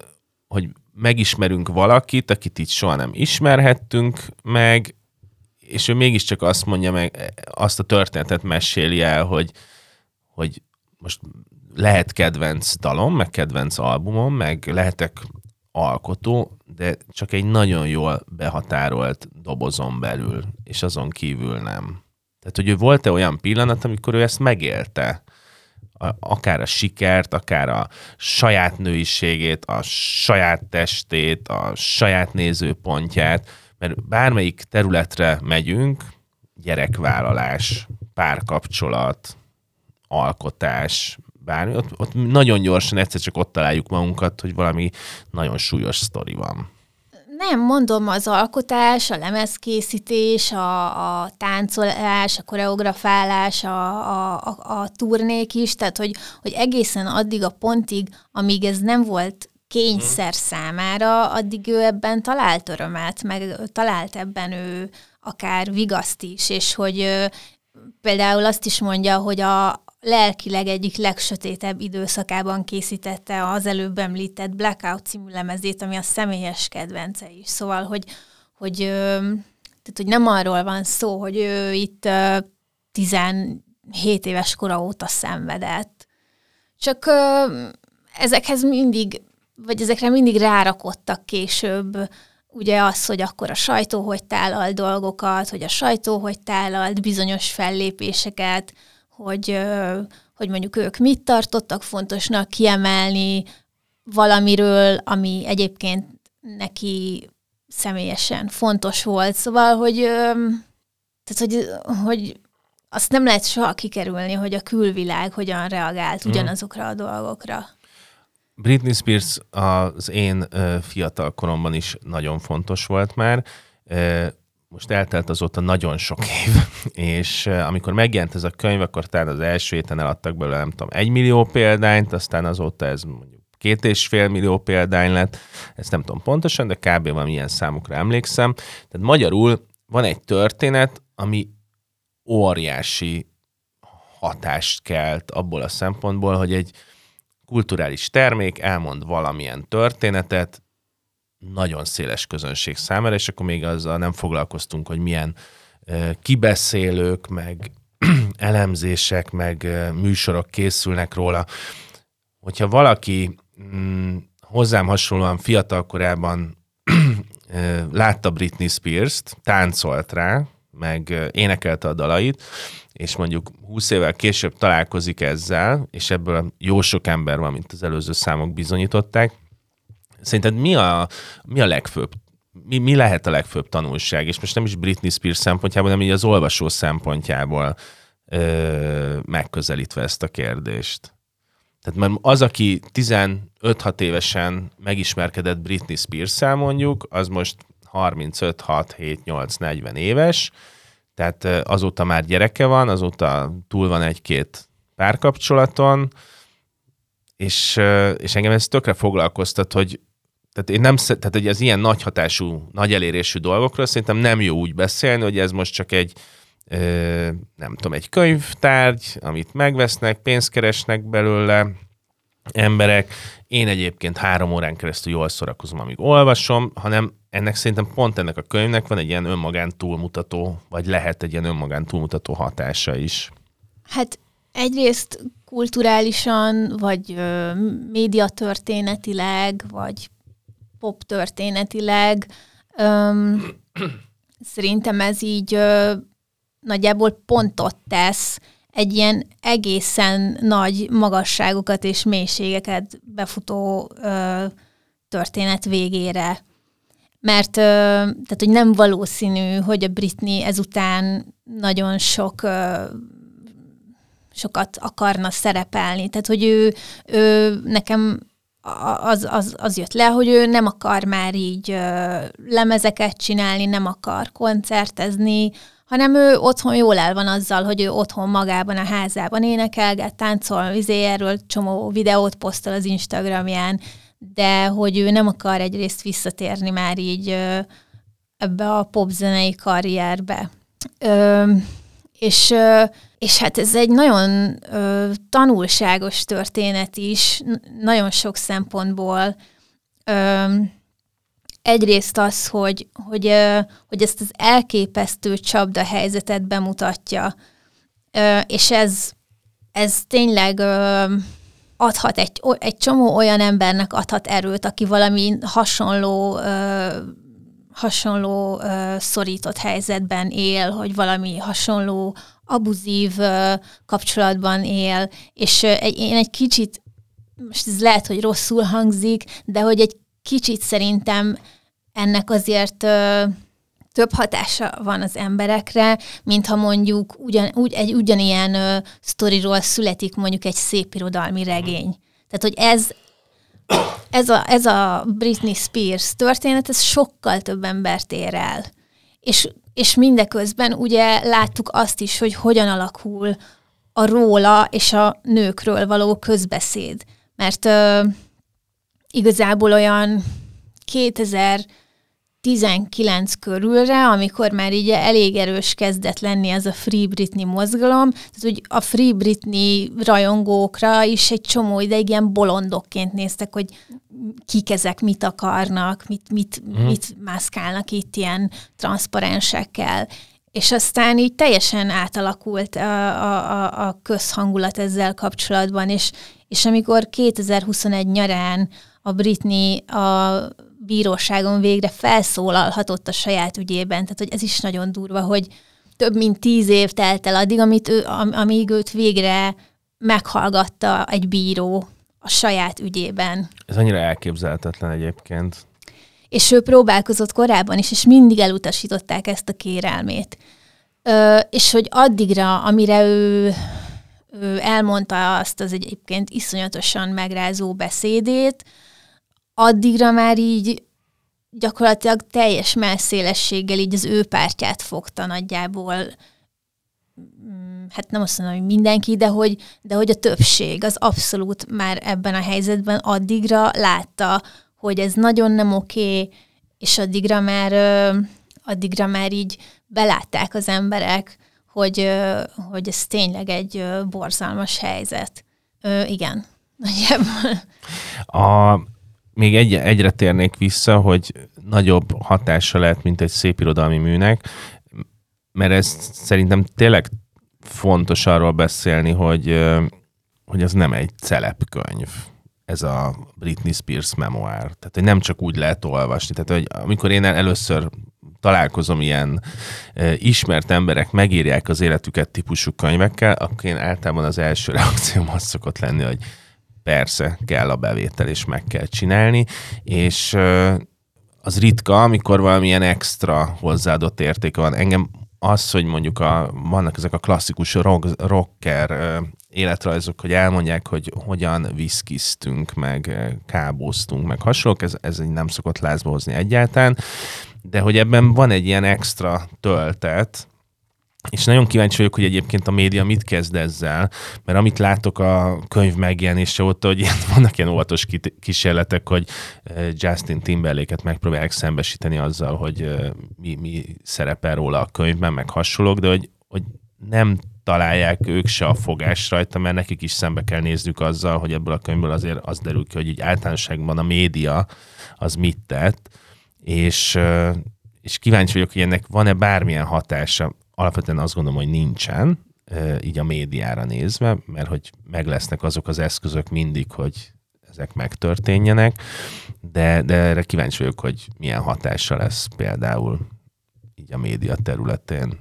megismerünk valakit, akit itt soha nem ismerhettünk meg, és ő mégiscsak azt mondja meg, azt a történetet meséli el, hogy most lehet kedvenc dalom, meg kedvenc albumom, meg lehetek alkotó, de csak egy nagyon jól behatárolt dobozon belül, és azon kívül nem. Tehát, hogy ő volt-e olyan pillanat, amikor ő ezt megélte? Akár a sikert, akár a saját nőiségét, a saját testét, a saját nézőpontját, mert bármelyik területre megyünk, gyerekvállalás, párkapcsolat, alkotás, bármi, ott nagyon gyorsan egyszer csak ott találjuk magunkat, hogy valami nagyon súlyos sztori van. Nem, mondom, az alkotás, a lemezkészítés, a táncolás, a koreografálás, a turnék is, tehát hogy egészen addig a pontig, amíg ez nem volt kényszer számára, addig ő ebben talált örömet, meg talált ebben ő akár vigaszt is, és hogy például azt is mondja, hogy a lelkileg egyik legsötétebb időszakában készítette az előbb említett Blackout című lemezét, ami a személyes kedvence is. Szóval, hogy nem arról van szó, hogy ő itt 17 éves kora óta szenvedett. Csak ezekre mindig rárakottak később, ugye az, hogy akkor a sajtó hogy tálal dolgokat, hogy a sajtó hogy tálalt bizonyos fellépéseket, hogy mondjuk ők mit tartottak fontosnak kiemelni valamiről, ami egyébként neki személyesen fontos volt. Szóval, hogy azt nem lehet soha kikerülni, hogy a külvilág hogyan reagált ugyanazokra a dolgokra. Britney Spears az én fiatal koromban is nagyon fontos volt már. Most eltelt azóta nagyon sok év, és amikor megjelent ez a könyv, akkor talán az első héten eladtak belőle, nem tudom, 1 millió példányt, aztán azóta ez mondjuk 2,5 millió példány lett, ezt nem tudom pontosan, de kb. Valamilyen számokra emlékszem. Tehát magyarul van egy történet, ami óriási hatást kelt abból a szempontból, hogy egy kulturális termék elmond valamilyen történetet, nagyon széles közönség számára, és akkor még azzal nem foglalkoztunk, hogy milyen kibeszélők, meg elemzések, meg műsorok készülnek róla. Hogyha valaki hozzám hasonlóan fiatal korában látta Britney Spears-t, táncolt rá, meg énekelte a dalait, és mondjuk 20 évvel később találkozik ezzel, és ebből jó sok ember van, mint az előző számok bizonyították. Szerinted mi a legfőbb? Mi lehet a legfőbb tanulság? És most nem is Britney Spears szempontjából, hanem így az olvasó szempontjából megközelítve ezt a kérdést. Tehát mert az, aki 15-6 évesen megismerkedett Britney Spears-szel mondjuk, az most 35, 6, 7, 8, 40 éves, tehát azóta már gyereke van, azóta túl van 1-2 párkapcsolaton, és engem ez tökre foglalkoztat, hogy hogy az ilyen nagy hatású, nagy elérésű dolgokról szerintem nem jó úgy beszélni, hogy ez most csak egy, nem tudom, egy könyvtárgy, amit megvesznek, pénzt keresnek belőle emberek. Én egyébként 3 órán keresztül jól szórakozom, amíg olvasom, hanem szerintem pont ennek a könyvnek van egy ilyen önmagán túlmutató, vagy lehet egy ilyen önmagán túlmutató hatása is. Hát egyrészt kulturálisan, vagy médiatörténetileg, vagy poptörténetileg szerintem ez így nagyjából pontot tesz egy ilyen egészen nagy magasságokat és mélységeket befutó történet végére. Mert tehát, hogy nem valószínű, hogy a Britney ezután nagyon sokat akarna szerepelni. Tehát, hogy ő nekem az jött le, hogy ő nem akar már így lemezeket csinálni, nem akar koncertezni, hanem ő otthon jól el van azzal, hogy ő otthon magában a házában énekelget, táncol, erről csomó videót posztol az Instagramján, de hogy ő nem akar egyrészt visszatérni már így ebbe a popzenei karrierbe. És hát ez egy nagyon tanulságos történet is, nagyon sok szempontból. Egyrészt az, hogy ezt az elképesztő csapdahelyzetet bemutatja, és ez tényleg adhat egy csomó olyan embernek adhat erőt, aki valami hasonló szorított helyzetben él, hogy valami hasonló abuzív kapcsolatban él, és én egy kicsit, most ez lehet, hogy rosszul hangzik, de hogy egy kicsit szerintem ennek azért több hatása van az emberekre, mintha mondjuk egy ugyanilyen sztoriról születik mondjuk egy szépirodalmi regény. Tehát, hogy ez a Britney Spears történet, ez sokkal több embert ér el. És mindeközben ugye láttuk azt is, hogy hogyan alakul a róla és a nőkről való közbeszéd. Mert igazából olyan 2019 körülre, amikor már így elég erős kezdett lenni az a Free Britney mozgalom, tehát úgy a Free Britney rajongókra is egy csomó ideig ilyen bolondokként néztek, hogy kik ezek, mit akarnak, mit mászkálnak itt ilyen transzparensekkel. És aztán így teljesen átalakult a közhangulat ezzel kapcsolatban, és amikor 2021 nyarán a Britney a bíróságon végre felszólalhatott a saját ügyében, tehát hogy ez is nagyon durva, hogy több mint 10 év telt el addig, amíg őt végre meghallgatta egy bíró a saját ügyében. Ez annyira elképzelhetetlen egyébként. És ő próbálkozott korábban is, és mindig elutasították ezt a kérelmét. És hogy addigra, amire ő elmondta azt az egyébként iszonyatosan megrázó beszédét, addigra már így gyakorlatilag teljes messzélességgel így az ő pártját fogta nagyjából, hát nem azt mondom, hogy mindenki, de hogy a többség az abszolút már ebben a helyzetben addigra látta, hogy ez nagyon nem oké, és addigra már így belátták az emberek, hogy ez tényleg egy borzalmas helyzet. Igen, nagyjából. Még egyre térnék vissza, hogy nagyobb hatása lehet, mint egy szépirodalmi műnek, mert ez szerintem tényleg fontos arról beszélni, hogy ez nem egy celebkönyv, ez a Britney Spears memoár. Tehát, hogy nem csak úgy lehet olvasni. Tehát, hogy amikor én először találkozom ilyen ismert emberek megírják az életüket típusú könyvekkel, akkor én általában az első reakcióm az szokott lenni, hogy persze kell a bevétel, és meg kell csinálni, és az ritka, amikor valamilyen extra hozzáadott értéke van. Engem az, hogy mondjuk vannak ezek a klasszikus rocker életrajzok, hogy elmondják, hogy hogyan viszkiztünk, meg kábóztunk, meg hasonlók, ez nem szokott lázba hozni egyáltalán, de hogy ebben van egy ilyen extra töltet, és nagyon kíváncsi vagyok, hogy egyébként a média mit kezd ezzel, mert amit látok a könyv megjelenése óta, hogy vannak ilyen óvatos kísérletek, hogy Justin Timberlake-et megpróbálják szembesíteni azzal, hogy mi szerepel róla a könyvben, meg hasonlók, de hogy nem találják ők se a fogás rajta, mert nekik is szembe kell néznünk azzal, hogy ebből a könyvből azért az derül ki, hogy így általánosságban a média az mit tett, és kíváncsi vagyok, hogy ennek van-e bármilyen hatása. Alapvetően azt gondolom, hogy nincsen, így a médiára nézve, mert hogy meg lesznek azok az eszközök mindig, hogy ezek megtörténjenek, de erre kíváncsi vagyok, hogy milyen hatása lesz például így a média területén.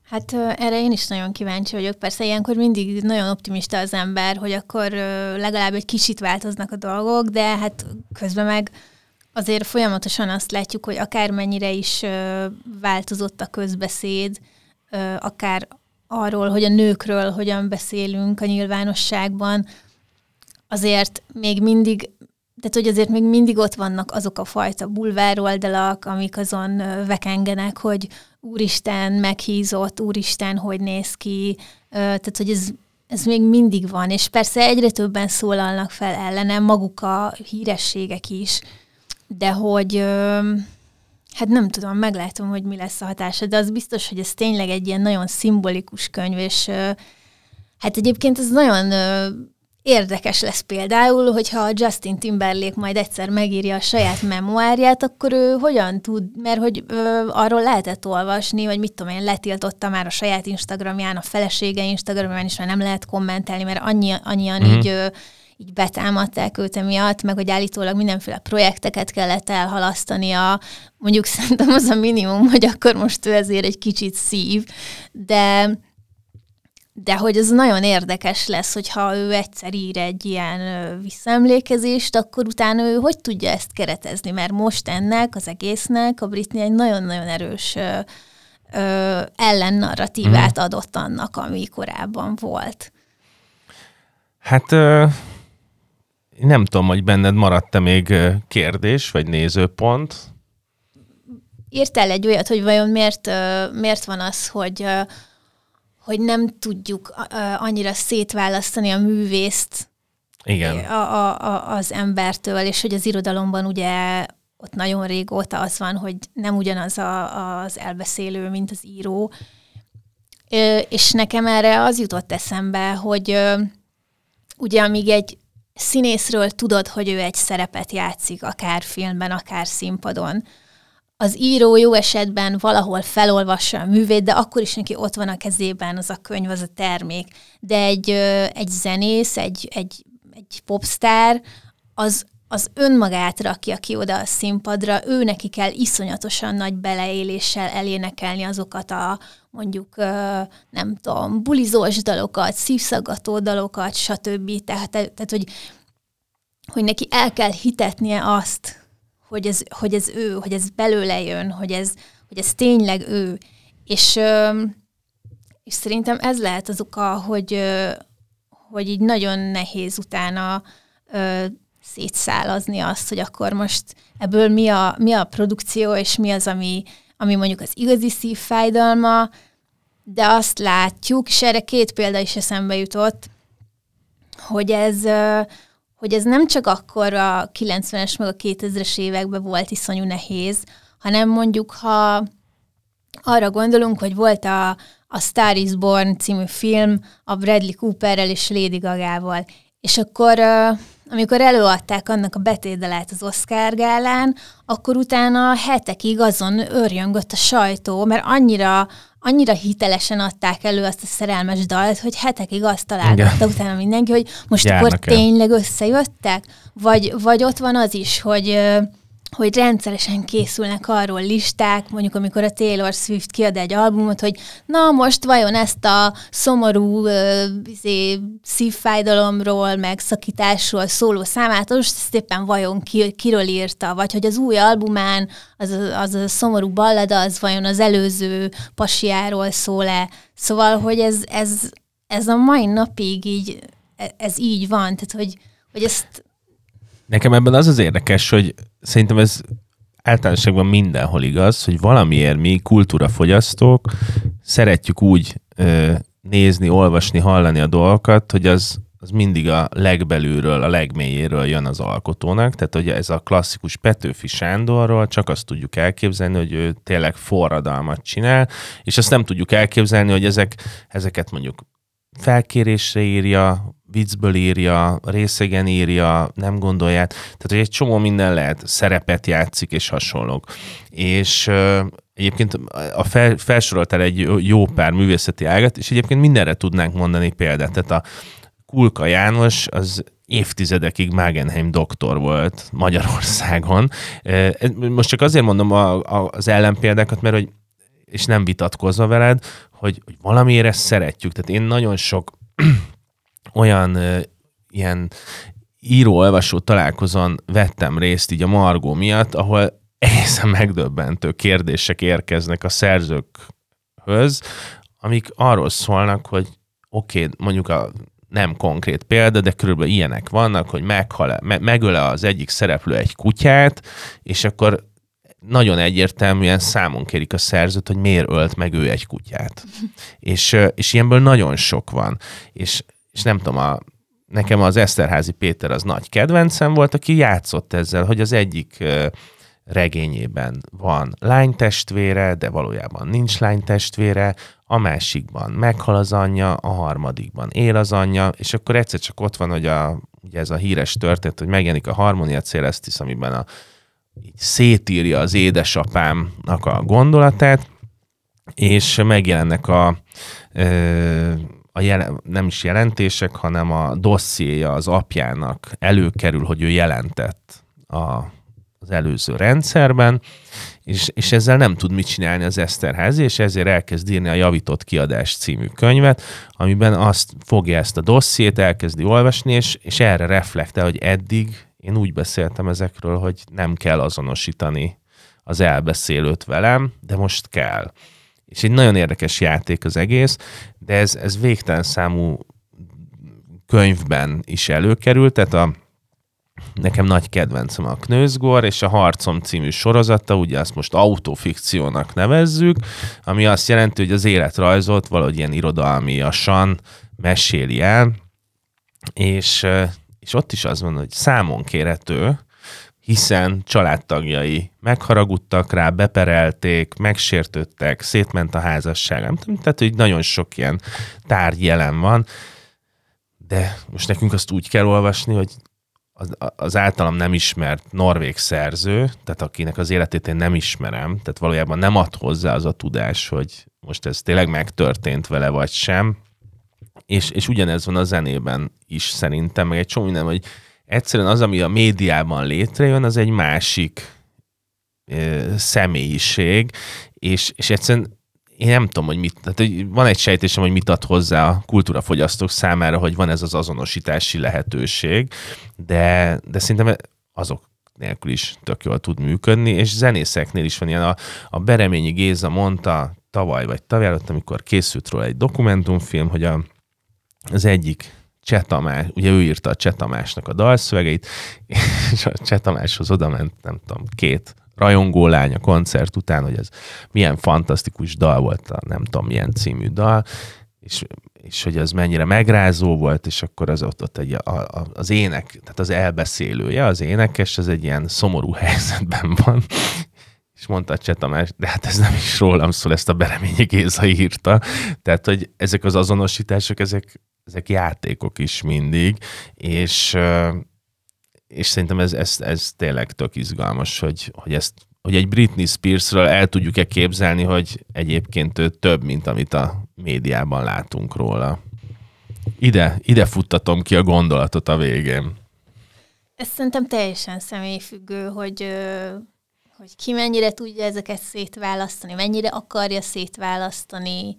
Hát erre én is nagyon kíváncsi vagyok. Persze ilyenkor mindig nagyon optimista az ember, hogy akkor legalább egy kicsit változnak a dolgok, de hát közben meg azért folyamatosan azt látjuk, hogy akármennyire is változott a közbeszéd, akár arról, hogy a nőkről hogyan beszélünk a nyilvánosságban, azért még mindig, tehát hogy azért még mindig ott vannak azok a fajta bulvároldalak, amik azon vekengenek, hogy úristen, meghízott, úristen, hogy néz ki, tehát hogy ez még mindig van, és persze egyre többen szólalnak fel ellenem, maguk a hírességek is, de hogy hát nem tudom, meglátom, hogy mi lesz a hatása, de az biztos, hogy ez tényleg egy ilyen nagyon szimbolikus könyv, és hát egyébként ez nagyon érdekes lesz például, hogyha Justin Timberlake majd egyszer megírja a saját memoárját, akkor ő hogyan tud, mert hogy arról lehetett olvasni, vagy mit tudom én, letiltotta már a saját Instagramján, a felesége Instagramján is már nem lehet kommentelni, mert annyian így betámadták őt emiatt, meg hogy állítólag mindenféle projekteket kellett elhalasztania. Mondjuk szerintem az a minimum, hogy akkor most ő ezért egy kicsit szív, de hogy ez nagyon érdekes lesz, hogyha ő egyszer ír egy ilyen visszaemlékezést, akkor utána ő hogy tudja ezt keretezni, mert most ennek, az egésznek a Britney egy nagyon-nagyon erős ellennarratívát adott annak, ami korábban volt. Hát nem tudom, hogy benned maradt-e még kérdés, vagy nézőpont? Írtál egy olyat, hogy vajon miért van az, hogy nem tudjuk annyira szétválasztani a művészt igen. Az embertől, és hogy az irodalomban ugye ott nagyon régóta az van, hogy nem ugyanaz az elbeszélő, mint az író. És nekem erre az jutott eszembe, hogy ugye amíg egy színészről tudod, hogy ő egy szerepet játszik, akár filmben, akár színpadon, az író jó esetben valahol felolvassa a művét, de akkor is neki ott van a kezében az a könyv, az a termék. De egy zenész, egy popstar, az önmagát rakja ki oda a színpadra, ő neki kell iszonyatosan nagy beleéléssel elénekelni azokat a mondjuk, nem tudom, bulizós dalokat, szívszaggató dalokat, stb. Tehát hogy neki el kell hitetnie azt, hogy ez ő, hogy ez belőle jön, hogy ez tényleg ő. És szerintem ez lehet az oka, hogy így nagyon nehéz utána szétszálazni azt, hogy akkor most ebből mi a produkció, és mi az, ami mondjuk az igazi szívfájdalma, de azt látjuk, és erre 2 példa is eszembe jutott, hogy ez nem csak akkor a 90-es meg a 2000-es években volt iszonyú nehéz, hanem mondjuk, ha arra gondolunk, hogy volt a Star is Born című film a Bradley Cooperrel és Lady Gagával, és akkor amikor előadták annak a betétdalát az Oscar gálán, akkor utána hetekig azon örjöngött a sajtó, mert annyira hitelesen adták elő azt a szerelmes dalt, hogy hetekig azt találgatta utána mindenki, hogy most akkor tényleg összejöttek? Vagy ott van az is, hogy rendszeresen készülnek arról listák, mondjuk amikor a Taylor Swift kiad egy albumot, hogy na most vajon ezt a szomorú szívfájdalomról, meg szakításról szóló számát, most szépen vajon kiről írta, vagy hogy az új albumán az a szomorú ballada, az vajon az előző pasiáról szól-e. Szóval, hogy ez a mai napig ez így van, tehát hogy ezt... Nekem ebben az érdekes, hogy szerintem ez általánosságban mindenhol igaz, hogy valamiért mi kultúrafogyasztók szeretjük úgy nézni, olvasni, hallani a dolgokat, hogy az mindig a legbelülről, a legmélyéről jön az alkotónak. Tehát, hogy ez a klasszikus Petőfi Sándorról csak azt tudjuk elképzelni, hogy ő tényleg forradalmat csinál, és azt nem tudjuk elképzelni, hogy ezeket mondjuk felkérésre írja, viccből írja, részegen írja, nem gondolját. Tehát, hogy egy csomó minden lehet, szerepet játszik, és hasonlók. És egyébként felsoroltál egy jó pár művészeti ágat, és egyébként mindenre tudnánk mondani példát. Tehát a Kulka János az évtizedekig Magenheim doktor volt Magyarországon. Most csak azért mondom az ellenpéldákat, mert hogy és nem vitatkozva veled, hogy valamiért ezt szeretjük. Tehát én nagyon sok olyan ilyen író-olvasó találkozón vettem részt így a Margó miatt, ahol egészen megdöbbentő kérdések érkeznek a szerzőkhöz, amik arról szólnak, hogy oké, mondjuk nem konkrét példa, de körülbelül ilyenek vannak, hogy megöle az egyik szereplő egy kutyát, és akkor nagyon egyértelműen számon kérik a szerzőt, hogy miért ölt meg ő egy kutyát. És ilyenből nagyon sok van. És nem tudom, nekem az Eszterházy Péter az nagy kedvencem volt, aki játszott ezzel, hogy az egyik regényében van lánytestvére, de valójában nincs lánytestvére, a másikban meghal az anyja, a harmadikban él az anyja, és akkor egyszer csak ott van, hogy ugye ez a híres történet, hogy megjelenik a Harmonia Coelestis, amiben így szétírja az édesapámnak a gondolatát, és megjelennek nem is jelentések, hanem a dossziéja az apjának előkerül, hogy ő jelentett az előző rendszerben, és ezzel nem tud mit csinálni az Eszterházy, és ezért elkezd írni a Javított Kiadás című könyvet, amiben azt fogja ezt a dossziét, elkezdi olvasni, és erre reflektál, hogy eddig én úgy beszéltem ezekről, hogy nem kell azonosítani az elbeszélőt velem, de most kell. És egy nagyon érdekes játék az egész, de ez végtelen számú könyvben is előkerült, tehát nekem nagy kedvencem a Knőzgor, és a Harcom című sorozata, ugye azt most autofikciónak nevezzük, ami azt jelenti, hogy az életrajzot valahogy ilyen irodalmiasan meséli el, és ott is az van, hogy számon kérhető, hiszen családtagjai megharagudtak rá, beperelték, megsértődtek, szétment a házasság. Tehát, hogy nagyon sok ilyen tárgy jelen van, de most nekünk azt úgy kell olvasni, hogy az általam nem ismert norvég szerző, tehát akinek az életét én nem ismerem, tehát valójában nem ad hozzá az a tudás, hogy most ez tényleg megtörtént vele, vagy sem. És ugyanez van a zenében is szerintem, meg egy csomó minden, hogy egyszerűen az, ami a médiában létrejön, az egy másik személyiség, és egyszerűen én nem tudom, hogy tehát van egy sejtésem, hogy mit ad hozzá a kultúrafogyasztók számára, hogy van ez az azonosítási lehetőség, de szerintem azok nélkül is tök jól tud működni, és zenészeknél is van ilyen. A Bereményi Géza mondta tavaly vagy tavaly, amikor készült róla egy dokumentumfilm, hogy az egyik Cseh Tamás, ugye ő írta a Cseh Tamásnak a dalszövegeit, és a Cseh Tamáshoz odament, nem tudom, 2 rajongó lány a koncert után, hogy ez milyen fantasztikus dal volt, nem tudom milyen című dal, és hogy az mennyire megrázó volt, és akkor az ott az ének, tehát az elbeszélője, az énekes, az egy ilyen szomorú helyzetben van, és mondta a Cseh Tamás, de hát ez nem is rólam szól, ezt a Bereményi Géza írta. Tehát, hogy ezek az azonosítások, ezek játékok is mindig, és szerintem ez tényleg tök izgalmas, hogy egy Britney Spearsről el tudjuk-e képzelni, hogy egyébként ő több, mint amit a médiában látunk róla. Ide futtatom ki a gondolatot a végén. Ez szerintem teljesen személyfüggő, hogy ki mennyire tudja ezeket szétválasztani, mennyire akarja szétválasztani,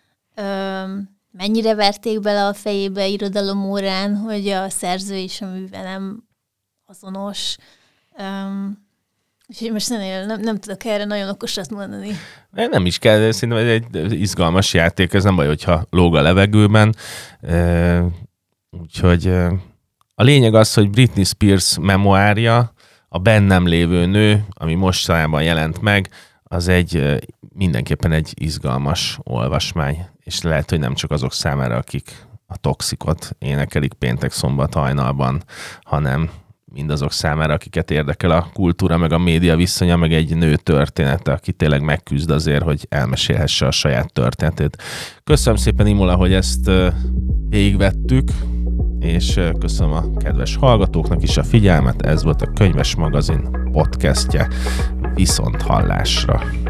mennyire verték bele a fejébe irodalomórán, hogy a szerző és a műve nem azonos. Úgyhogy most nem tudok erre nagyon okosat mondani. Nem is kell, szerintem ez egy izgalmas játék, ez nem baj, hogyha lóg a levegőben. Úgyhogy a lényeg az, hogy Britney Spears memoárja, a Bennem lévő nő, ami mostanában jelent meg, az mindenképpen egy izgalmas olvasmány, és lehet, hogy nem csak azok számára, akik a Toxicot énekelik péntek-szombat hajnalban, hanem mindazok számára, akiket érdekel a kultúra, meg a média viszonya, meg egy nő története, aki tényleg megküzd azért, hogy elmesélhesse a saját történetét. Köszönöm szépen, Imola, hogy ezt végigvettük, és köszönöm a kedves hallgatóknak is a figyelmet. Ez volt a Könyves Magazin podcastje. Viszont hallásra!